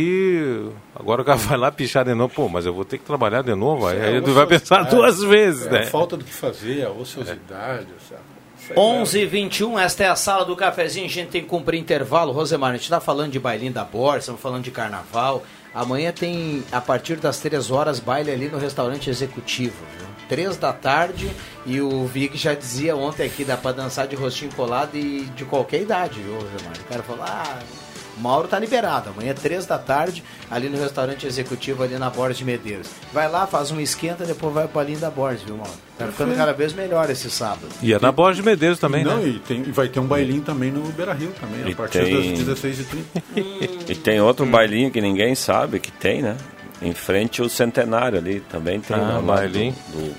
aí, agora o cara vai lá pichar de novo. Pô, mas eu vou ter que trabalhar de novo. Aí, aí tu vai pensar duas vezes, é, né? A falta do que fazer, a ociosidade, é. sabe? onze e vinte e um, esta é a sala do cafezinho, a gente tem que cumprir intervalo. Rosemar, a gente está falando de bailinho da Borsa, estamos falando de carnaval. Amanhã tem, a partir das três horas, baile ali no restaurante executivo, viu? três da tarde, e o Vig já dizia ontem aqui, dá para dançar de rostinho colado e de qualquer idade, viu, Rosemar? O cara falou, ah... Mauro tá liberado, amanhã três da tarde, ali no restaurante executivo, ali na Borges de Medeiros. Vai lá, faz um esquenta, depois vai pra linha da Borges, viu, Mauro? Tá ficando cada vez melhor esse sábado. E é na Borges de Medeiros também, Não, né? E, tem, e vai ter um bailinho também no Beira-Rio também, e a partir tem... das dezesseis e trinta. E tem outro bailinho que ninguém sabe que tem, né? Em frente ao Centenário ali, também tem ah, um bailinho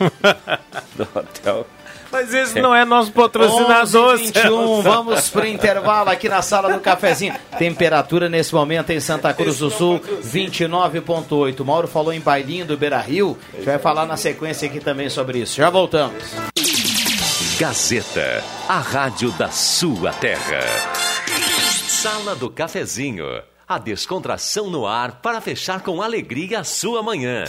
do, do hotel. Mas esse não é nosso patrocinador. onze e vinte e um, vamos pro intervalo aqui na sala do cafezinho. Temperatura nesse momento em Santa Cruz do Sul, vinte e nove vírgula oito. Mauro falou em bailinho do Beira-Rio. A gente vai falar na sequência aqui também sobre isso. Já voltamos. Gazeta, a rádio da sua terra. Sala do cafezinho. A descontração no ar para fechar com alegria a sua manhã.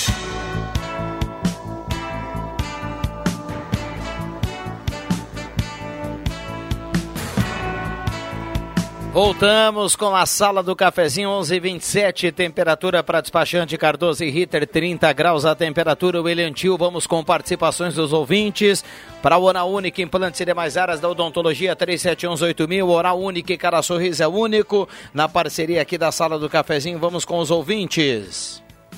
Voltamos com a sala do cafezinho, onze e vinte e sete, temperatura para despachante Cardoso e Ritter, trinta graus a temperatura. William Tio, vamos com participações dos ouvintes. Para o Oral Unique, implantes e demais áreas da odontologia, três sete um oito mil. Oral Unique, cada sorriso é único. Na parceria aqui da sala do cafezinho, vamos com os ouvintes.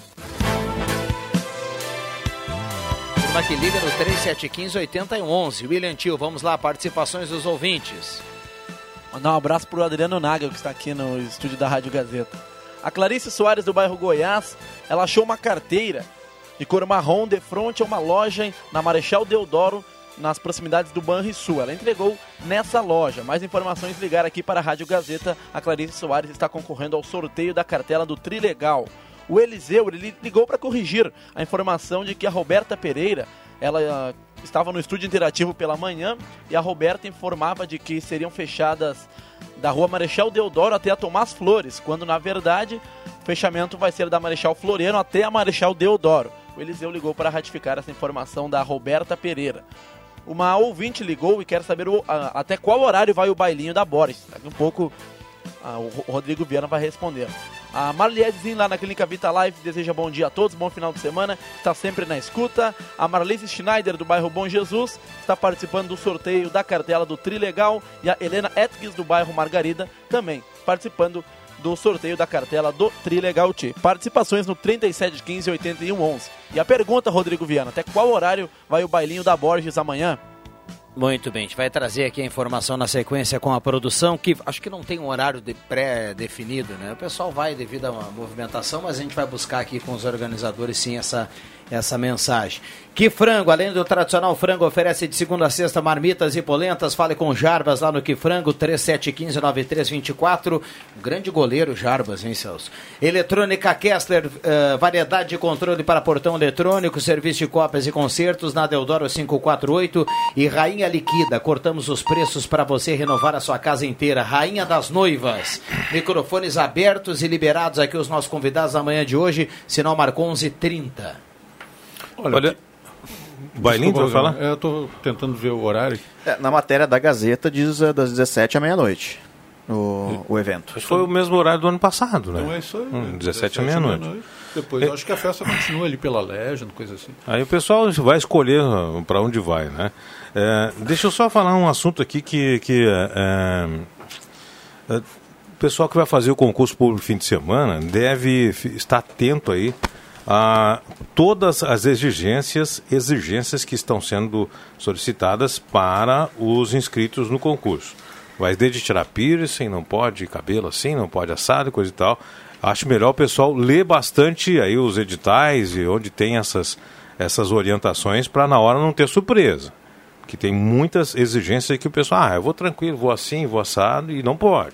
Turma que liga no três sete um cinco, oito um um um. William Tio, vamos lá, participações dos ouvintes. Mandar um abraço pro Adriano Nagel, que está aqui no estúdio da Rádio Gazeta. A Clarice Soares, do bairro Goiás, ela achou uma carteira de cor marrom de frente a uma loja na Marechal Deodoro, nas proximidades do Banrisul. Ela entregou nessa loja. Mais informações, ligar aqui para a Rádio Gazeta. A Clarice Soares está concorrendo ao sorteio da cartela do Trilegal. O Eliseu, ele ligou para corrigir a informação de que a Roberta Pereira, ela estava no estúdio interativo pela manhã e a Roberta informava de que seriam fechadas da rua Marechal Deodoro até a Tomás Flores, quando na verdade o fechamento vai ser da Marechal Floriano até a Marechal Deodoro. O Eliseu ligou para ratificar essa informação da Roberta Pereira. Uma ouvinte ligou e quer saber o, a, até qual horário vai o bailinho da Borges. Daqui um pouco Ah, o Rodrigo Viana vai responder. A Marliesezinho lá na Clínica Vita Life deseja bom dia a todos, bom final de semana, está sempre na escuta. A Marlise Schneider do bairro Bom Jesus está participando do sorteio da cartela do Trilegal e a Helena Etges do bairro Margarida também participando do sorteio da cartela do Trilegal T. Participações no trinta e sete quinze, oitenta e um onze. E a pergunta, Rodrigo Viana, até qual horário vai o bailinho da Borges amanhã? Muito bem, a gente vai trazer aqui a informação na sequência com a produção, que acho que não tem um horário de pré-definido, né? O pessoal vai devido a uma movimentação, mas a gente vai buscar aqui com os organizadores sim essa, essa mensagem. Que Frango, além do tradicional frango, oferece de segunda a sexta marmitas e polentas. Fale com Jarbas lá no Que Frango, trinta e sete quinze, noventa e três vinte e quatro. Um grande goleiro Jarbas, hein, Celso? Eletrônica Kessler, uh, variedade de controle para portão eletrônico, serviço de cópias e concertos na Deodoro quinhentos e quarenta e oito. E Rainha Liquida, cortamos os preços para você renovar a sua casa inteira. Rainha das Noivas, microfones abertos e liberados aqui os nossos convidados na manhã de hoje, sinal marcou onze e trinta. Olha, Olha bailinho, tu vai falar? Eu estou tentando ver o horário. É, na matéria da Gazeta diz uh, das dezessete à meia-noite o, o evento. Foi o mesmo horário do ano passado, né? Não é isso aí. Hum, dezessete à meia-noite. Meia Depois, eu acho que a festa continua ali pela Legend, coisa assim. Aí o pessoal vai escolher para onde vai, né? É, deixa eu só falar um assunto aqui que... que é, é, o pessoal que vai fazer o concurso público fim de semana deve estar atento aí a todas as exigências, exigências que estão sendo solicitadas para os inscritos no concurso. Vai desde tirar piercing, não pode cabelo assim, não pode assado, coisa e tal. Acho melhor o pessoal ler bastante aí os editais e onde tem essas, essas orientações para na hora não ter surpresa. Que tem muitas exigências que o pessoal, ah, eu vou tranquilo, vou assim, vou assado, e não pode.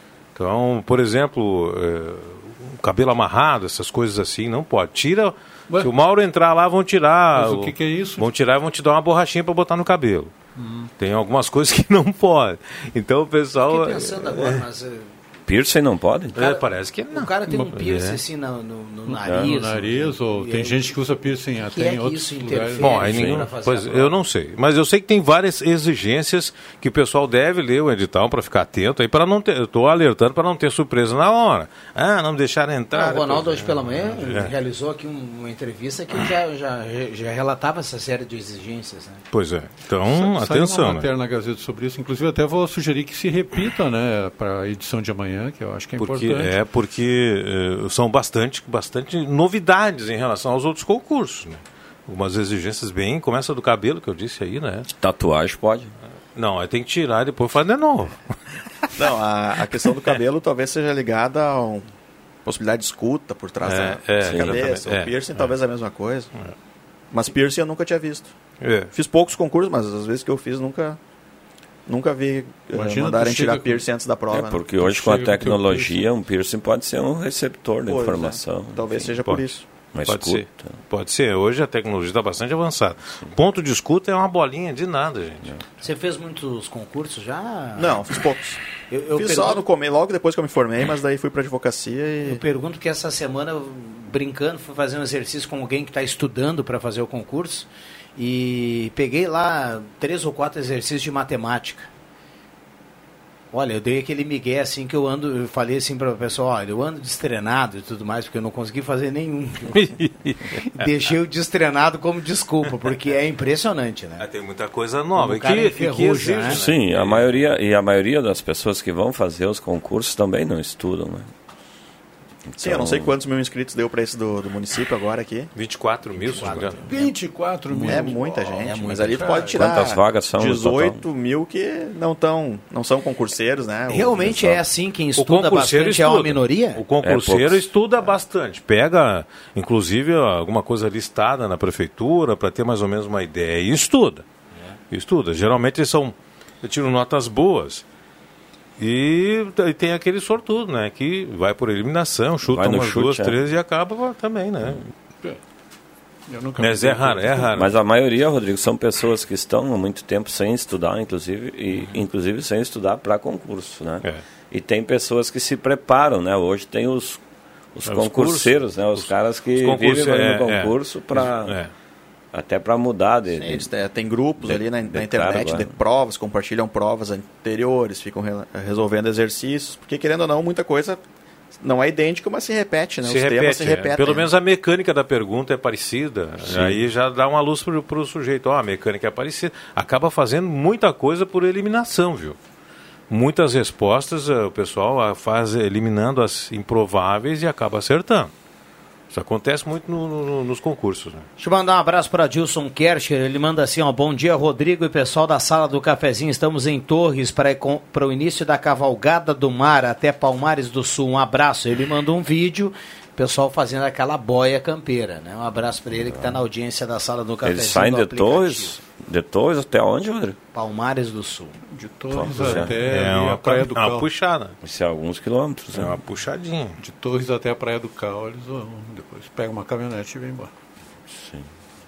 Então, por exemplo, é, cabelo amarrado, essas coisas assim, não pode. Tira, Ué? Se o Mauro entrar lá, vão tirar... Mas o que, que é isso? Vão tirar e vão te dar uma borrachinha para botar no cabelo. Hum. Tem algumas coisas que não pode. Então o pessoal... Fiquei pensando agora, mas... Piercing não pode? Cara, é, parece que não. O cara tem um piercing é. assim no, no, no nariz. No nariz, ou tem aí, gente que usa piercing até é em outros lugares. Bom, aí ninguém, pois, eu não sei. Mas eu sei que tem várias exigências que o pessoal deve ler o edital para ficar atento. Aí para não ter, eu estou alertando para não ter surpresa na hora. Ah, não me deixaram entrar. Não, o Ronaldo hoje pela manhã é. realizou aqui uma entrevista que já, já, já relatava essa série de exigências. Né? Pois é. Então, Sa atenção. Saiu uma matéria na Gazeta sobre isso. Inclusive até vou sugerir que se repita, né, para a edição de amanhã, que eu acho que é Porque, importante. é porque uh, são bastante, bastante novidades em relação aos outros concursos. Né? Umas exigências bem... Começa do cabelo, que eu disse aí, né? Tatuagem pode? Não, aí tem que tirar e depois fazer de novo. Não, a, a questão do cabelo talvez seja ligada a uma possibilidade de escuta por trás é, da é, cabeça. É, o piercing é, talvez é a mesma coisa. É. Mas piercing eu nunca tinha visto. É. Fiz poucos concursos, mas às vezes que eu fiz nunca... Nunca vi uh, mandarem tirar piercing antes da prova. É, porque né? hoje com a tecnologia um piercing pode ser um receptor de pois informação. É. Talvez enfim, seja pode. por isso. Uma pode escuta. ser. Pode ser. Hoje a tecnologia está bastante avançada. Sim. Ponto de escuta é uma bolinha de nada, gente. Você fez muitos concursos já? Não, fiz poucos. Eu, eu fiz pergunto... só no começo, logo depois que eu me formei, mas daí fui para advocacia e... Eu pergunto que essa semana, brincando, fui fazer um exercício com alguém que está estudando para fazer o concurso e peguei lá três ou quatro exercícios de matemática. Olha, eu dei aquele migué assim que eu ando, eu falei assim para o pessoal, olha, eu ando destrenado e tudo mais, porque eu não consegui fazer nenhum. Deixei o destrenado como desculpa, porque é impressionante, né? É, tem muita coisa nova. E que, e que exige, né? Sim, a maioria, e a maioria das pessoas que vão fazer os concursos também não estudam, né? Então... Sim, eu não sei quantos mil inscritos deu para esse do, do município agora aqui. vinte e quatro mil, se não me engano. vinte e quatro mil. É muita gente, é muita mas ali tu cara. pode tirar Quantas vagas são dezoito mil que não, tão, não são concurseiros, né? Realmente é assim, quem estuda bastante estuda. é uma minoria? O concurseiro é, estuda bastante. Pega, inclusive, alguma coisa listada na prefeitura para ter mais ou menos uma ideia e estuda. É. Estuda. Geralmente eles são, eu tiro notas boas. E, e tem aquele sortudo, né? Que vai por eliminação, chuta umas chute, duas, é. três e acaba também, né? Eu nunca Mas é raro, é raro. Mas a maioria, Rodrigo, são pessoas que estão há muito tempo sem estudar, inclusive, e inclusive sem estudar para concurso, né? É. E tem pessoas que se preparam, né? Hoje tem os, os é, concurseiros, os né? Os, os caras que os vivem é, no concurso é, para... É. Até para mudar. De, Sim, de, eles têm, tem grupos de, ali na, de na internet cargo, de é. provas, compartilham provas anteriores, ficam re, resolvendo exercícios, porque querendo ou não, muita coisa não é idêntica, mas se repete, né? Se Os repete, temas se é. repetem. Pelo menos a mecânica da pergunta é parecida. Sim. Aí já dá uma luz para o sujeito. Ó, a mecânica é parecida. Acaba fazendo muita coisa por eliminação, viu? Muitas respostas o pessoal faz eliminando as improváveis e acaba acertando. Isso acontece muito no, no, nos concursos. Né? Deixa eu mandar um abraço para Dilson Kercher. Ele manda assim, ó, bom dia, Rodrigo e pessoal da Sala do Cafezinho. Estamos em Torres para o início da Cavalgada do Mar até Palmares do Sul. Um abraço. Ele mandou um vídeo, pessoal fazendo aquela boia campeira. Né? Um abraço para ele que está na audiência da Sala do Cafezinho. Eles saem de Torres? De Torres até onde, Rodrigo? Palmares do Sul. De Torres Pô, até é uma, a Praia do uma Cal. puxada. Isso é alguns quilômetros. É né? uma puxadinha. De Torres até a Praia do Cal, eles vão, depois pegam uma caminhonete e vêm embora. Sim.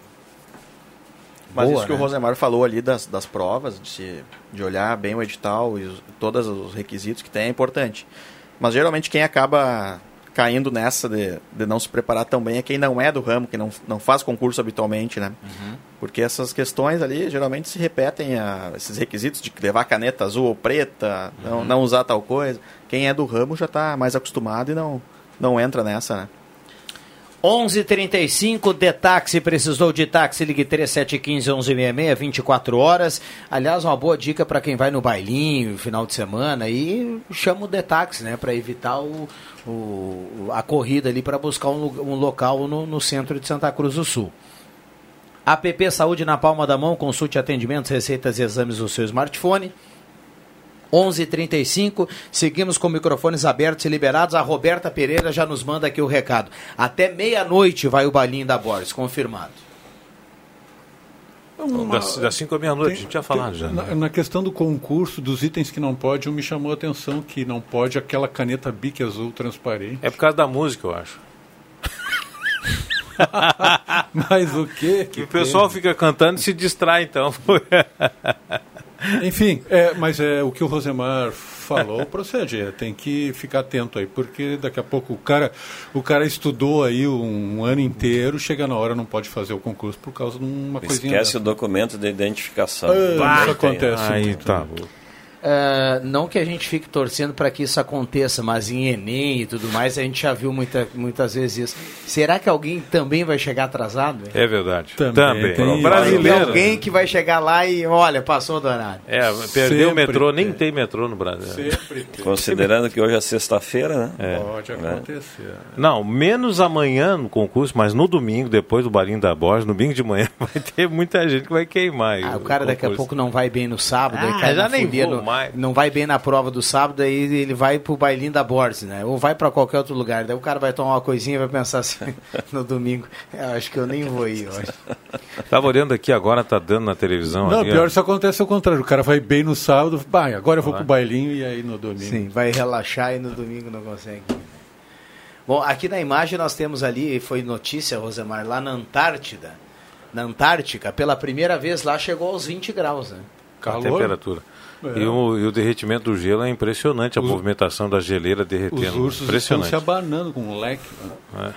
Mas Boa, isso que né? o Rosemar falou ali das, das provas, de, se, de olhar bem o edital e os, todos os requisitos que tem é importante. Mas geralmente quem acaba caindo nessa de, de não se preparar tão bem é quem não é do ramo, quem não, não faz concurso habitualmente, né? Uhum. Porque essas questões ali geralmente se repetem, a, esses requisitos de levar caneta azul ou preta, uhum. não, não usar tal coisa. Quem é do ramo já está mais acostumado e não, não entra nessa, né? onze e trinta e cinco, de táxi, precisou de táxi, ligue três sete um cinco, um um seis seis, vinte e quatro horas. Aliás, uma boa dica para quem vai no bailinho, final de semana, e chama o de táxi, né, para evitar o, o, a corrida ali para buscar um, um local no, no centro de Santa Cruz do Sul. A P Saúde na palma da mão, consulte atendimentos, receitas e exames no seu smartphone. onze e trinta e cinco, seguimos com microfones abertos e liberados. A Roberta Pereira já nos manda aqui o recado. Até meia-noite vai o bailinho da Borges, confirmado. Uma, das, das cinco à meia-noite, a gente tinha falado já. Na, né? na questão do concurso, dos itens que não pode, me chamou a atenção que não pode aquela caneta Bic azul transparente. É por causa da música, eu acho. Mas o quê? Que o pessoal tem? Fica cantando e se distrai, então. Enfim, é, mas é o que o Rosemar falou, procede, é, tem que ficar atento aí, porque daqui a pouco o cara, o cara estudou aí um, um ano inteiro, chega na hora não pode fazer o concurso por causa de uma coisinha. Esquece dessa. O documento de identificação. Ah, isso acontece aí, muito. Tá. Uh, não que a gente fique torcendo para que isso aconteça, mas em Enem e tudo mais, a gente já viu muita, muitas vezes isso. Será que alguém também vai chegar atrasado? Hein? É verdade. Também. também. Tem brasileiro. Tem alguém que vai chegar lá e, olha, passou do horário. É, perdeu o metrô, tem. nem tem metrô no Brasil. Sempre tem. Considerando que hoje é sexta-feira, né? É. Pode acontecer. É. Não, menos amanhã no concurso, mas no domingo, depois do Balinho da Borges, no domingo de manhã, vai ter muita gente que vai queimar. Ah, o o cara daqui a pouco não vai bem no sábado, Ah, aí cai já na nem folia vou no- mais. não vai bem na prova do sábado, aí ele vai pro bailinho da Borges, né? Ou vai pra qualquer outro lugar. Daí o cara vai tomar uma coisinha e vai pensar assim, no domingo, eu acho que eu nem vou ir hoje. Tava olhando aqui agora, tá dando na televisão. Não, ali, pior ó. isso acontece ao contrário. O cara vai bem no sábado, bah, agora eu vou pro bailinho e aí no domingo. Sim, vai relaxar e no domingo não consegue. Bom, aqui na imagem nós temos ali, foi notícia, Rosemar, lá na Antártida, na Antártica, pela primeira vez lá chegou aos vinte graus, né? A Calor. temperatura. É. E, o, e o derretimento do gelo é impressionante, a Os- movimentação da geleira Os derretendo. ursos estão Impressionante. se abanando com um leque. Né?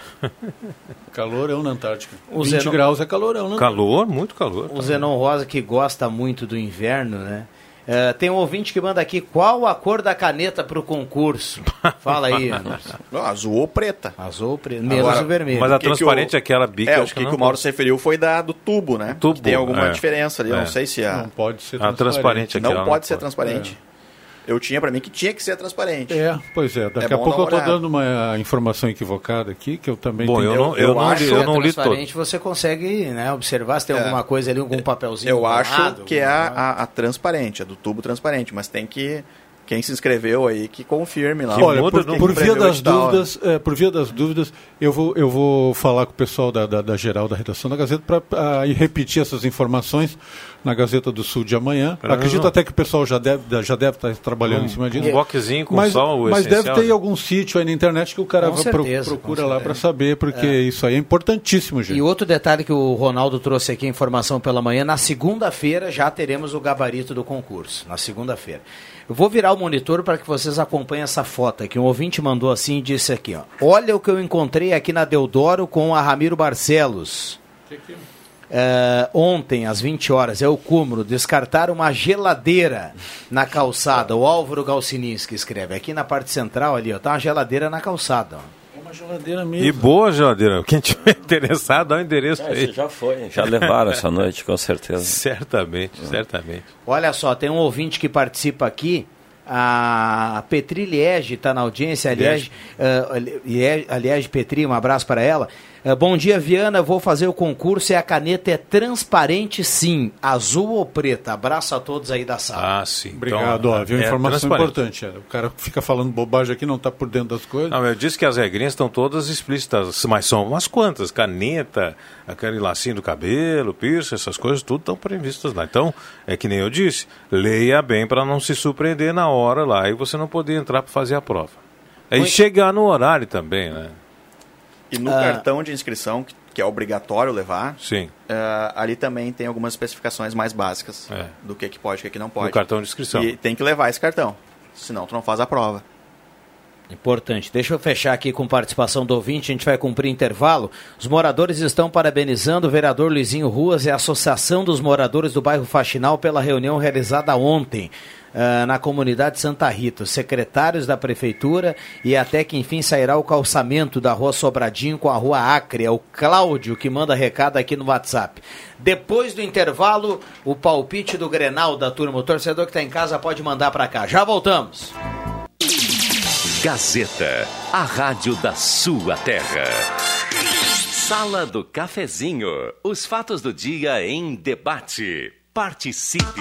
Calorão na Antártica. O vinte Zenon- graus é calorão, né? Calor, muito calor. O Zenon Rosa, que gosta muito do inverno, né? É, tem um ouvinte que manda aqui, qual a cor da caneta para o concurso? Fala aí, Anderson. Não, azul ou preta. Azul ou preto? Menos Agora, o vermelho. Mas a que que transparente, o- aquela bica, É, o acho que, que que não o Mauro se referiu foi da do tubo, né? Tubo, Que tem alguma é. diferença ali, eu É. não sei se a... Não pode ser A transparente Não aquela pode ser transparente. Eu tinha pra mim que tinha que ser transparente. É, pois é. Daqui É a bom pouco dar eu estou uma olhada. dando uma informação equivocada aqui, que eu também Bom, tenho. eu não, eu eu não, acho li, que eu é não li todo. transparente, você consegue, né, observar se tem É. alguma coisa ali, algum papelzinho Eu do acho lado, que é alguma coisa. a, a transparente, a do tubo transparente, mas tem que... Quem se inscreveu aí, que confirme lá. Que Olha, muda, por, não por via prevê o das edital, dúvidas, é, por via das dúvidas, eu vou, eu vou falar com o pessoal da, da, da geral da redação da Gazeta para repetir essas informações na Gazeta do Sul de amanhã. Pera, Acredito não. até que o pessoal já deve, já deve estar trabalhando em cima disso. Um boxzinho com Mas, só o mas deve essencial, ter né? algum sítio aí na internet que o cara Com vai pro- certeza, procura com lá certeza. para saber, porque isso aí é importantíssimo, gente. E outro detalhe que o Ronaldo trouxe aqui, informação pela manhã, na segunda-feira já teremos o gabarito do concurso, na segunda-feira. Eu vou virar o monitor para que vocês acompanhem essa foto aqui. Um ouvinte mandou assim e disse aqui, ó, olha o que eu encontrei aqui na Deodoro com a Ramiro Barcelos. Uh, ontem, às vinte horas, é o cúmulo, descartaram uma geladeira na calçada. O Álvaro Galcininski escreve. Aqui na parte central ali, ó, tá uma geladeira na calçada. Ó. Uma geladeira mesmo. E boa geladeira. Quem tiver interessado, dá o um endereço é, aí. Já foi, já levaram essa noite, com certeza. Certamente, uhum. certamente. Olha só, tem um ouvinte que participa aqui. A Petri Liege está na audiência. Aliás, uh, Liege, aliás, Petri, um abraço para ela. Uh, bom dia, Viana. Vou fazer o concurso e a caneta é transparente, sim. Azul ou preta? Abraço a todos aí da sala. Ah, sim. Obrigado. Então, ó, viu? É informação importante. O cara fica falando bobagem aqui, não está por dentro das coisas. Não, eu disse que as regrinhas estão todas explícitas, mas são umas quantas. Caneta, aquele lacinho do cabelo, piercing, essas coisas, tudo estão previstas lá. Então, é que nem eu disse, leia bem para não se surpreender na hora lá e você não poder entrar para fazer a prova. E Foi... chegar no horário também, né? E no ah. cartão de inscrição, que, que é obrigatório levar, Sim. Uh, ali também tem algumas especificações mais básicas é. do que, que pode e que, que não pode. No cartão de inscrição. E tem que levar esse cartão, senão tu não faz a prova. Importante. Deixa eu fechar aqui com participação do ouvinte, a gente vai cumprir intervalo. Os moradores estão parabenizando o vereador Luizinho Ruas e a Associação dos Moradores do Bairro Faxinal pela reunião realizada ontem. Uh, na comunidade Santa Rita, os secretários da prefeitura e até que enfim sairá o calçamento da rua Sobradinho com a rua Acre. É o Cláudio que manda recado aqui no WhatsApp. Depois do intervalo, o palpite do Grenal da turma. O torcedor que está em casa pode mandar para cá. Já voltamos. Gazeta, a rádio da sua terra. Sala do Cafezinho, os fatos do dia em debate. Participe.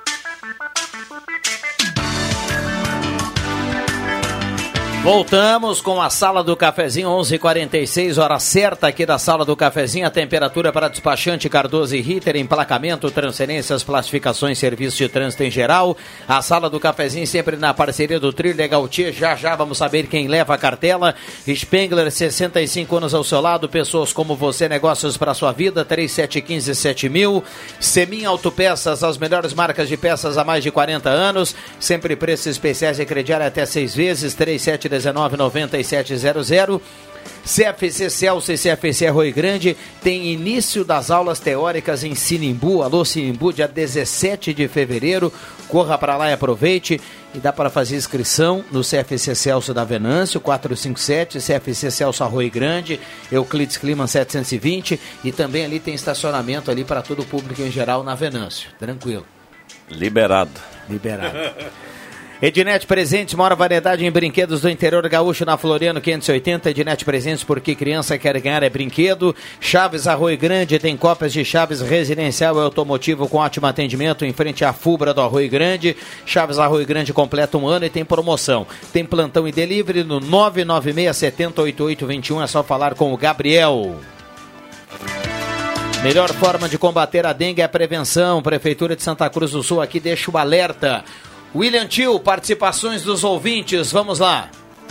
Voltamos com a Sala do Cafezinho, onze e quarenta e seis, hora certa aqui da Sala do Cafezinho. A temperatura para despachante Cardoso e Ritter, emplacamento, transferências, classificações, serviço de trânsito em geral. A Sala do Cafezinho sempre na parceria do Trilha Gautier. Já já vamos saber quem leva a cartela. Spengler, sessenta e cinco anos ao seu lado. Pessoas como você, negócios para sua vida. três sete um cinco sete mil. Semin Autopeças, as melhores marcas de peças há mais de quarenta anos. Sempre preços especiais e crediário até seis vezes. três sete um nove nove sete zero zero. C F C Celso e C F C Arroio Grande tem início das aulas teóricas em Sinimbu. Alô Sinimbu, dia dezessete de fevereiro. Corra para lá e aproveite. E dá para fazer inscrição no C F C Celso da Venâncio quatrocentos e cinquenta e sete, C F C Celso Arroio Grande, Euclides Clima setecentos e vinte, e também ali tem estacionamento ali para todo o público em geral na Venâncio. Tranquilo. Liberado. Liberado. Ednet Presentes, maior variedade em brinquedos do interior gaúcho na Floriano quinhentos e oitenta. Ednet Presentes, porque criança quer ganhar é brinquedo. Chaves Arroio Grande tem cópias de Chaves residencial e automotivo com ótimo atendimento em frente à Fubra do Arroio Grande. Chaves Arroio Grande completa um ano e tem promoção. Tem plantão e delivery no nove nove seis sete zero oito oito dois um. É só falar com o Gabriel. Melhor forma de combater a dengue é a prevenção. Prefeitura de Santa Cruz do Sul aqui deixa o alerta. William Tio, participações dos ouvintes, vamos lá.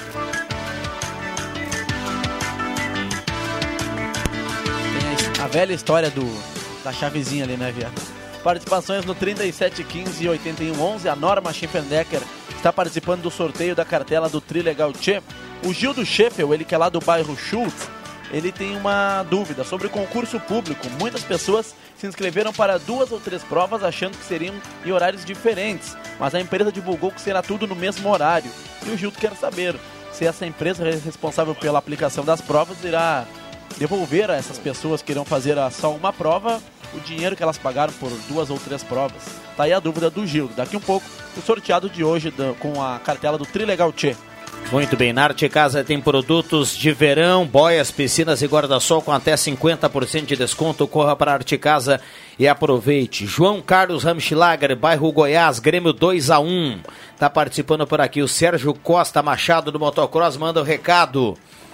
Tem a velha história do, da chavezinha ali, né, Viana? Participações no trinta e sete quinze e oitenta e um onze. A Norma Schiffendecker está participando do sorteio da cartela do Trilegal Tchê. O Gildo Scheffel, ele que é lá do bairro Schultz, ele tem uma dúvida sobre o concurso público. Muitas pessoas se inscreveram para duas ou três provas achando que seriam em horários diferentes, mas a empresa divulgou que será tudo no mesmo horário. E o Gildo quer saber se essa empresa responsável pela aplicação das provas irá devolver a essas pessoas que irão fazer só uma prova o dinheiro que elas pagaram por duas ou três provas. Tá aí a dúvida do Gildo. Daqui um pouco, o sorteado de hoje do, com a cartela do Trilegal Tchê. Muito bem, na Arte Casa tem produtos de verão, boias, piscinas e guarda-sol com até cinquenta por cento de desconto. Corra para a Arte Casa e aproveite. João Carlos Ramschlager, bairro Goiás, Grêmio dois a um. Tá participando por aqui o Sérgio Costa Machado do Motocross, manda o recado.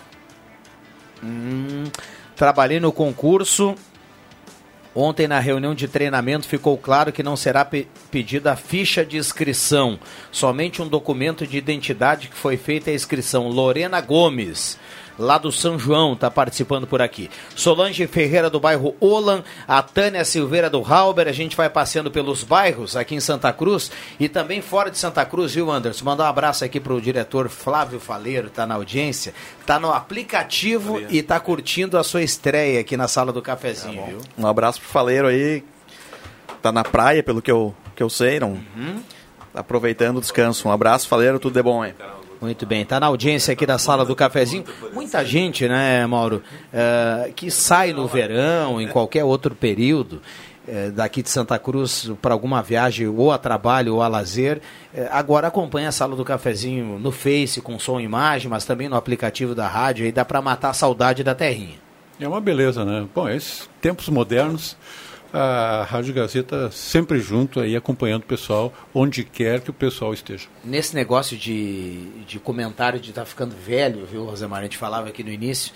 Hum, trabalhei no concurso. Ontem, na reunião de treinamento, ficou claro que não será pe- pedida a ficha de inscrição, somente um documento de identidade que foi feita a inscrição. Lorena Gomes. lá do São João, está participando por aqui. Solange Ferreira do bairro Olan, a Tânia Silveira do Halber, a gente vai passeando pelos bairros aqui em Santa Cruz e também fora de Santa Cruz, viu, Anderson? Mandar um abraço aqui pro diretor Flávio Faleiro, tá na audiência, tá no aplicativo Valeu. E tá curtindo a sua estreia aqui na sala do cafezinho, tá, viu? Um abraço pro Faleiro aí, tá na praia, pelo que eu, que eu sei, não... Uhum. Tá aproveitando o descanso. Um abraço, Faleiro, tudo de bom aí. Muito bem, está na audiência aqui da sala do cafezinho. Muita gente, né, Mauro, uh, que sai no verão, em qualquer outro período, uh, daqui de Santa Cruz para alguma viagem ou a trabalho ou a lazer, uh, agora acompanha a sala do cafezinho no Face, com som e imagem, mas também no aplicativo da rádio, aí dá para matar a saudade da terrinha. É uma beleza, né? Bom, esses tempos modernos, a Rádio Gazeta sempre junto aí, acompanhando o pessoal, onde quer que o pessoal esteja. Nesse negócio de, de comentário de estar tá ficando velho, viu, Rosemar? A gente falava aqui no início,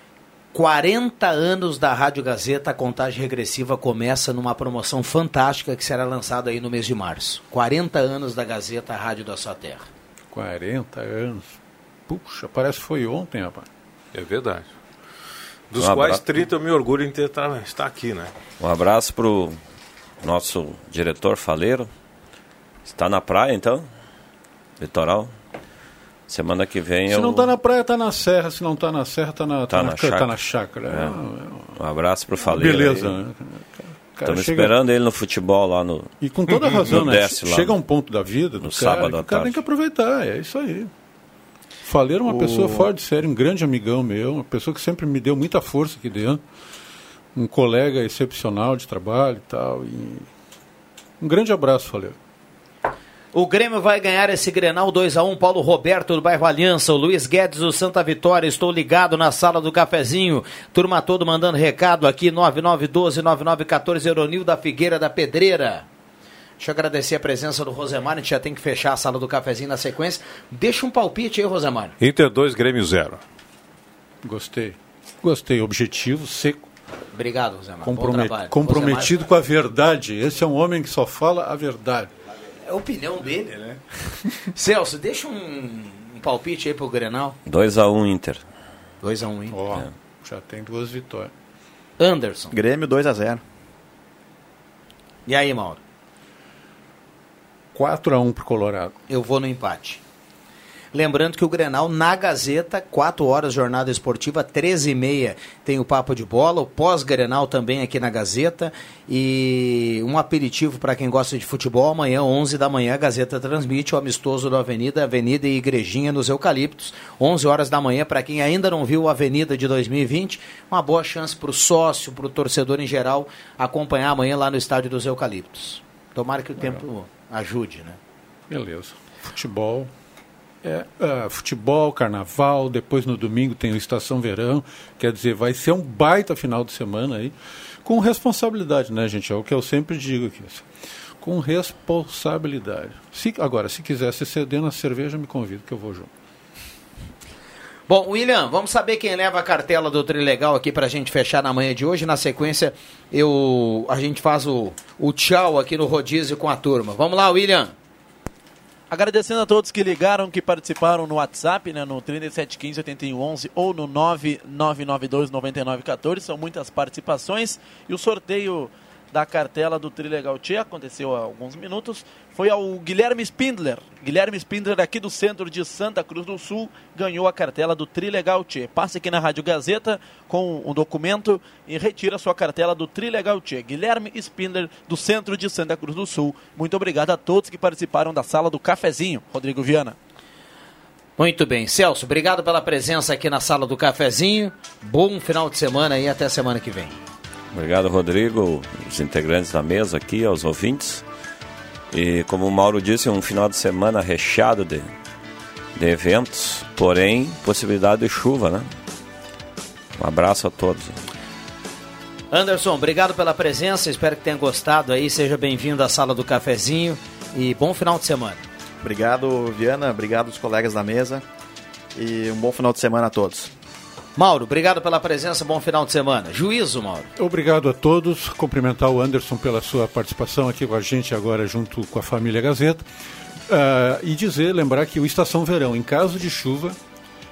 quarenta anos da Rádio Gazeta, a contagem regressiva começa numa promoção fantástica que será lançada aí no mês de março. quarenta anos da Gazeta, a Rádio da Sua Terra. quarenta anos? Puxa, parece que foi ontem, rapaz. É verdade. Dos Um quais abraço. trinta eu me orgulho em ter, tá, estar aqui, né? Um abraço pro nosso diretor Faleiro. Está na praia, então? Litoral. Semana que vem Se eu... não está na praia, está na serra. Se não está na serra, está na, Tá tá na na, chácara. tá na chácara. É. É. Um abraço pro Faleiro. Beleza, aí. né? Estamos chega... esperando ele no futebol lá no... E com toda a razão, no né? Desce lá Chega no- um ponto da vida do no cara, sábado que à o cara tarde. tem que aproveitar, é isso aí. Faleiro é uma O- pessoa fora de série, um grande amigão meu, uma pessoa que sempre me deu muita força aqui dentro, um colega excepcional de trabalho e tal. E... Um grande abraço, Faleiro. O Grêmio vai ganhar esse Grenal dois a um, Paulo Roberto do bairro Aliança, o Luiz Guedes do Santa Vitória, estou ligado na sala do cafezinho, turma todo mandando recado aqui, nove nove um dois, nove nove um quatro, Eronil da Figueira da Pedreira. Deixa eu agradecer a presença do Rosemar, a gente já tem que fechar a sala do cafezinho na sequência. Deixa um palpite aí, Rosemar. Inter dois, Grêmio zero. Gostei. Gostei, objetivo, seco. Obrigado, Rosemar. Bom Compromet... trabalho. Comprometido Rosemar, com a verdade. Esse é um homem que só fala a verdade. é a opinião dele, né? Celso, deixa um, um palpite aí pro Grenal. dois a um Inter. dois a um, hein? Ó, É. já tem duas vitórias. Anderson. Grêmio dois a zero. E aí, Mauro? quatro a um pro Colorado. Eu vou no empate. Lembrando que o Grenal na Gazeta, quatro horas, jornada esportiva, treze e meia tem o Papo de Bola, o pós-Grenal também aqui na Gazeta e um aperitivo para quem gosta de futebol, amanhã, onze da manhã, a Gazeta transmite o amistoso da Avenida, Avenida e Igrejinha nos Eucaliptos, onze horas da manhã, para quem ainda não viu a Avenida de dois mil e vinte, uma boa chance para o sócio, para o torcedor em geral, acompanhar amanhã lá no Estádio dos Eucaliptos. Tomara que o tempo ajude, né? Beleza. Futebol. É, uh, futebol, carnaval, depois no domingo tem o Estação Verão, quer dizer, vai ser um baita final de semana aí, com responsabilidade, né, gente? É o que eu sempre digo aqui. Com responsabilidade. Se, agora, se quiser se ceder na cerveja, me convido que eu vou junto. Bom, William, vamos saber quem leva a cartela do Trilegal aqui pra gente fechar na manhã de hoje. Na sequência, eu, a gente faz o, o tchau aqui no rodízio com a turma. Vamos lá, William. Agradecendo a todos que ligaram, que participaram no WhatsApp, né, no trinta e sete quinze, oitenta e um onze ou no nove nove nove dois, noventa e nove quatorze. São muitas participações. E o sorteio da cartela do Trilegal Tchê aconteceu há alguns minutos. Foi ao Guilherme Spindler. Guilherme Spindler, aqui do centro de Santa Cruz do Sul, ganhou a cartela do Trilegal Tchê. Passe aqui na Rádio Gazeta com um documento e retira a sua cartela do Trilegal Tchê. Guilherme Spindler, do centro de Santa Cruz do Sul. Muito obrigado a todos que participaram da sala do cafezinho. Rodrigo Viana. Muito bem. Celso, obrigado pela presença aqui na sala do cafezinho. Bom final de semana e até semana que vem. Obrigado, Rodrigo, os integrantes da mesa aqui, aos ouvintes. E como o Mauro disse, um final de semana recheado de, de eventos, porém, possibilidade de chuva, né? Um abraço a todos. Anderson, obrigado pela presença, espero que tenha gostado aí, seja bem-vindo à sala do cafezinho e bom final de semana. Obrigado, Viana, obrigado aos colegas da mesa e um bom final de semana a todos. Mauro, obrigado pela presença, bom final de semana. Juízo, Mauro. Obrigado a todos, cumprimentar o Anderson pela sua participação aqui com a gente agora junto com a família Gazeta uh, e dizer, lembrar que o Estação Verão, em caso de chuva,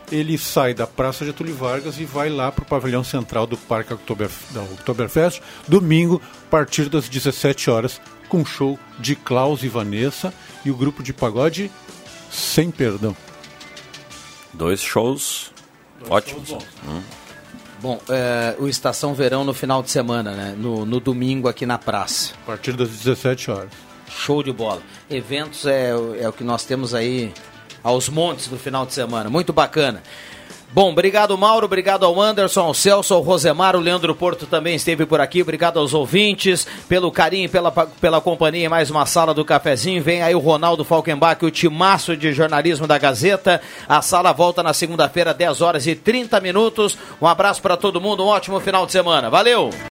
ele sai da Praça Getúlio Vargas e vai lá para o pavilhão central do Parque Oktober, da Oktoberfest, domingo, a partir das dezessete horas, com show de Klaus e Vanessa e o grupo de pagode Sem Perdão. Dois shows Dois ótimos. Shows hum. Bom, é, o Estação Verão no final de semana, né? No, no domingo aqui na praça. A partir das dezessete horas. Show de bola. Eventos é, é o que nós temos aí aos montes no final de semana. Muito bacana. Bom, obrigado Mauro, obrigado ao Anderson, ao Celso, ao Rosemar, o Leandro Porto também esteve por aqui, obrigado aos ouvintes, pelo carinho e pela, pela companhia em mais uma sala do cafezinho. Vem aí o Ronaldo Falkenbach, o timaço de jornalismo da Gazeta. A sala volta na segunda-feira, dez horas e trinta minutos. Um abraço para todo mundo, um ótimo final de semana. Valeu!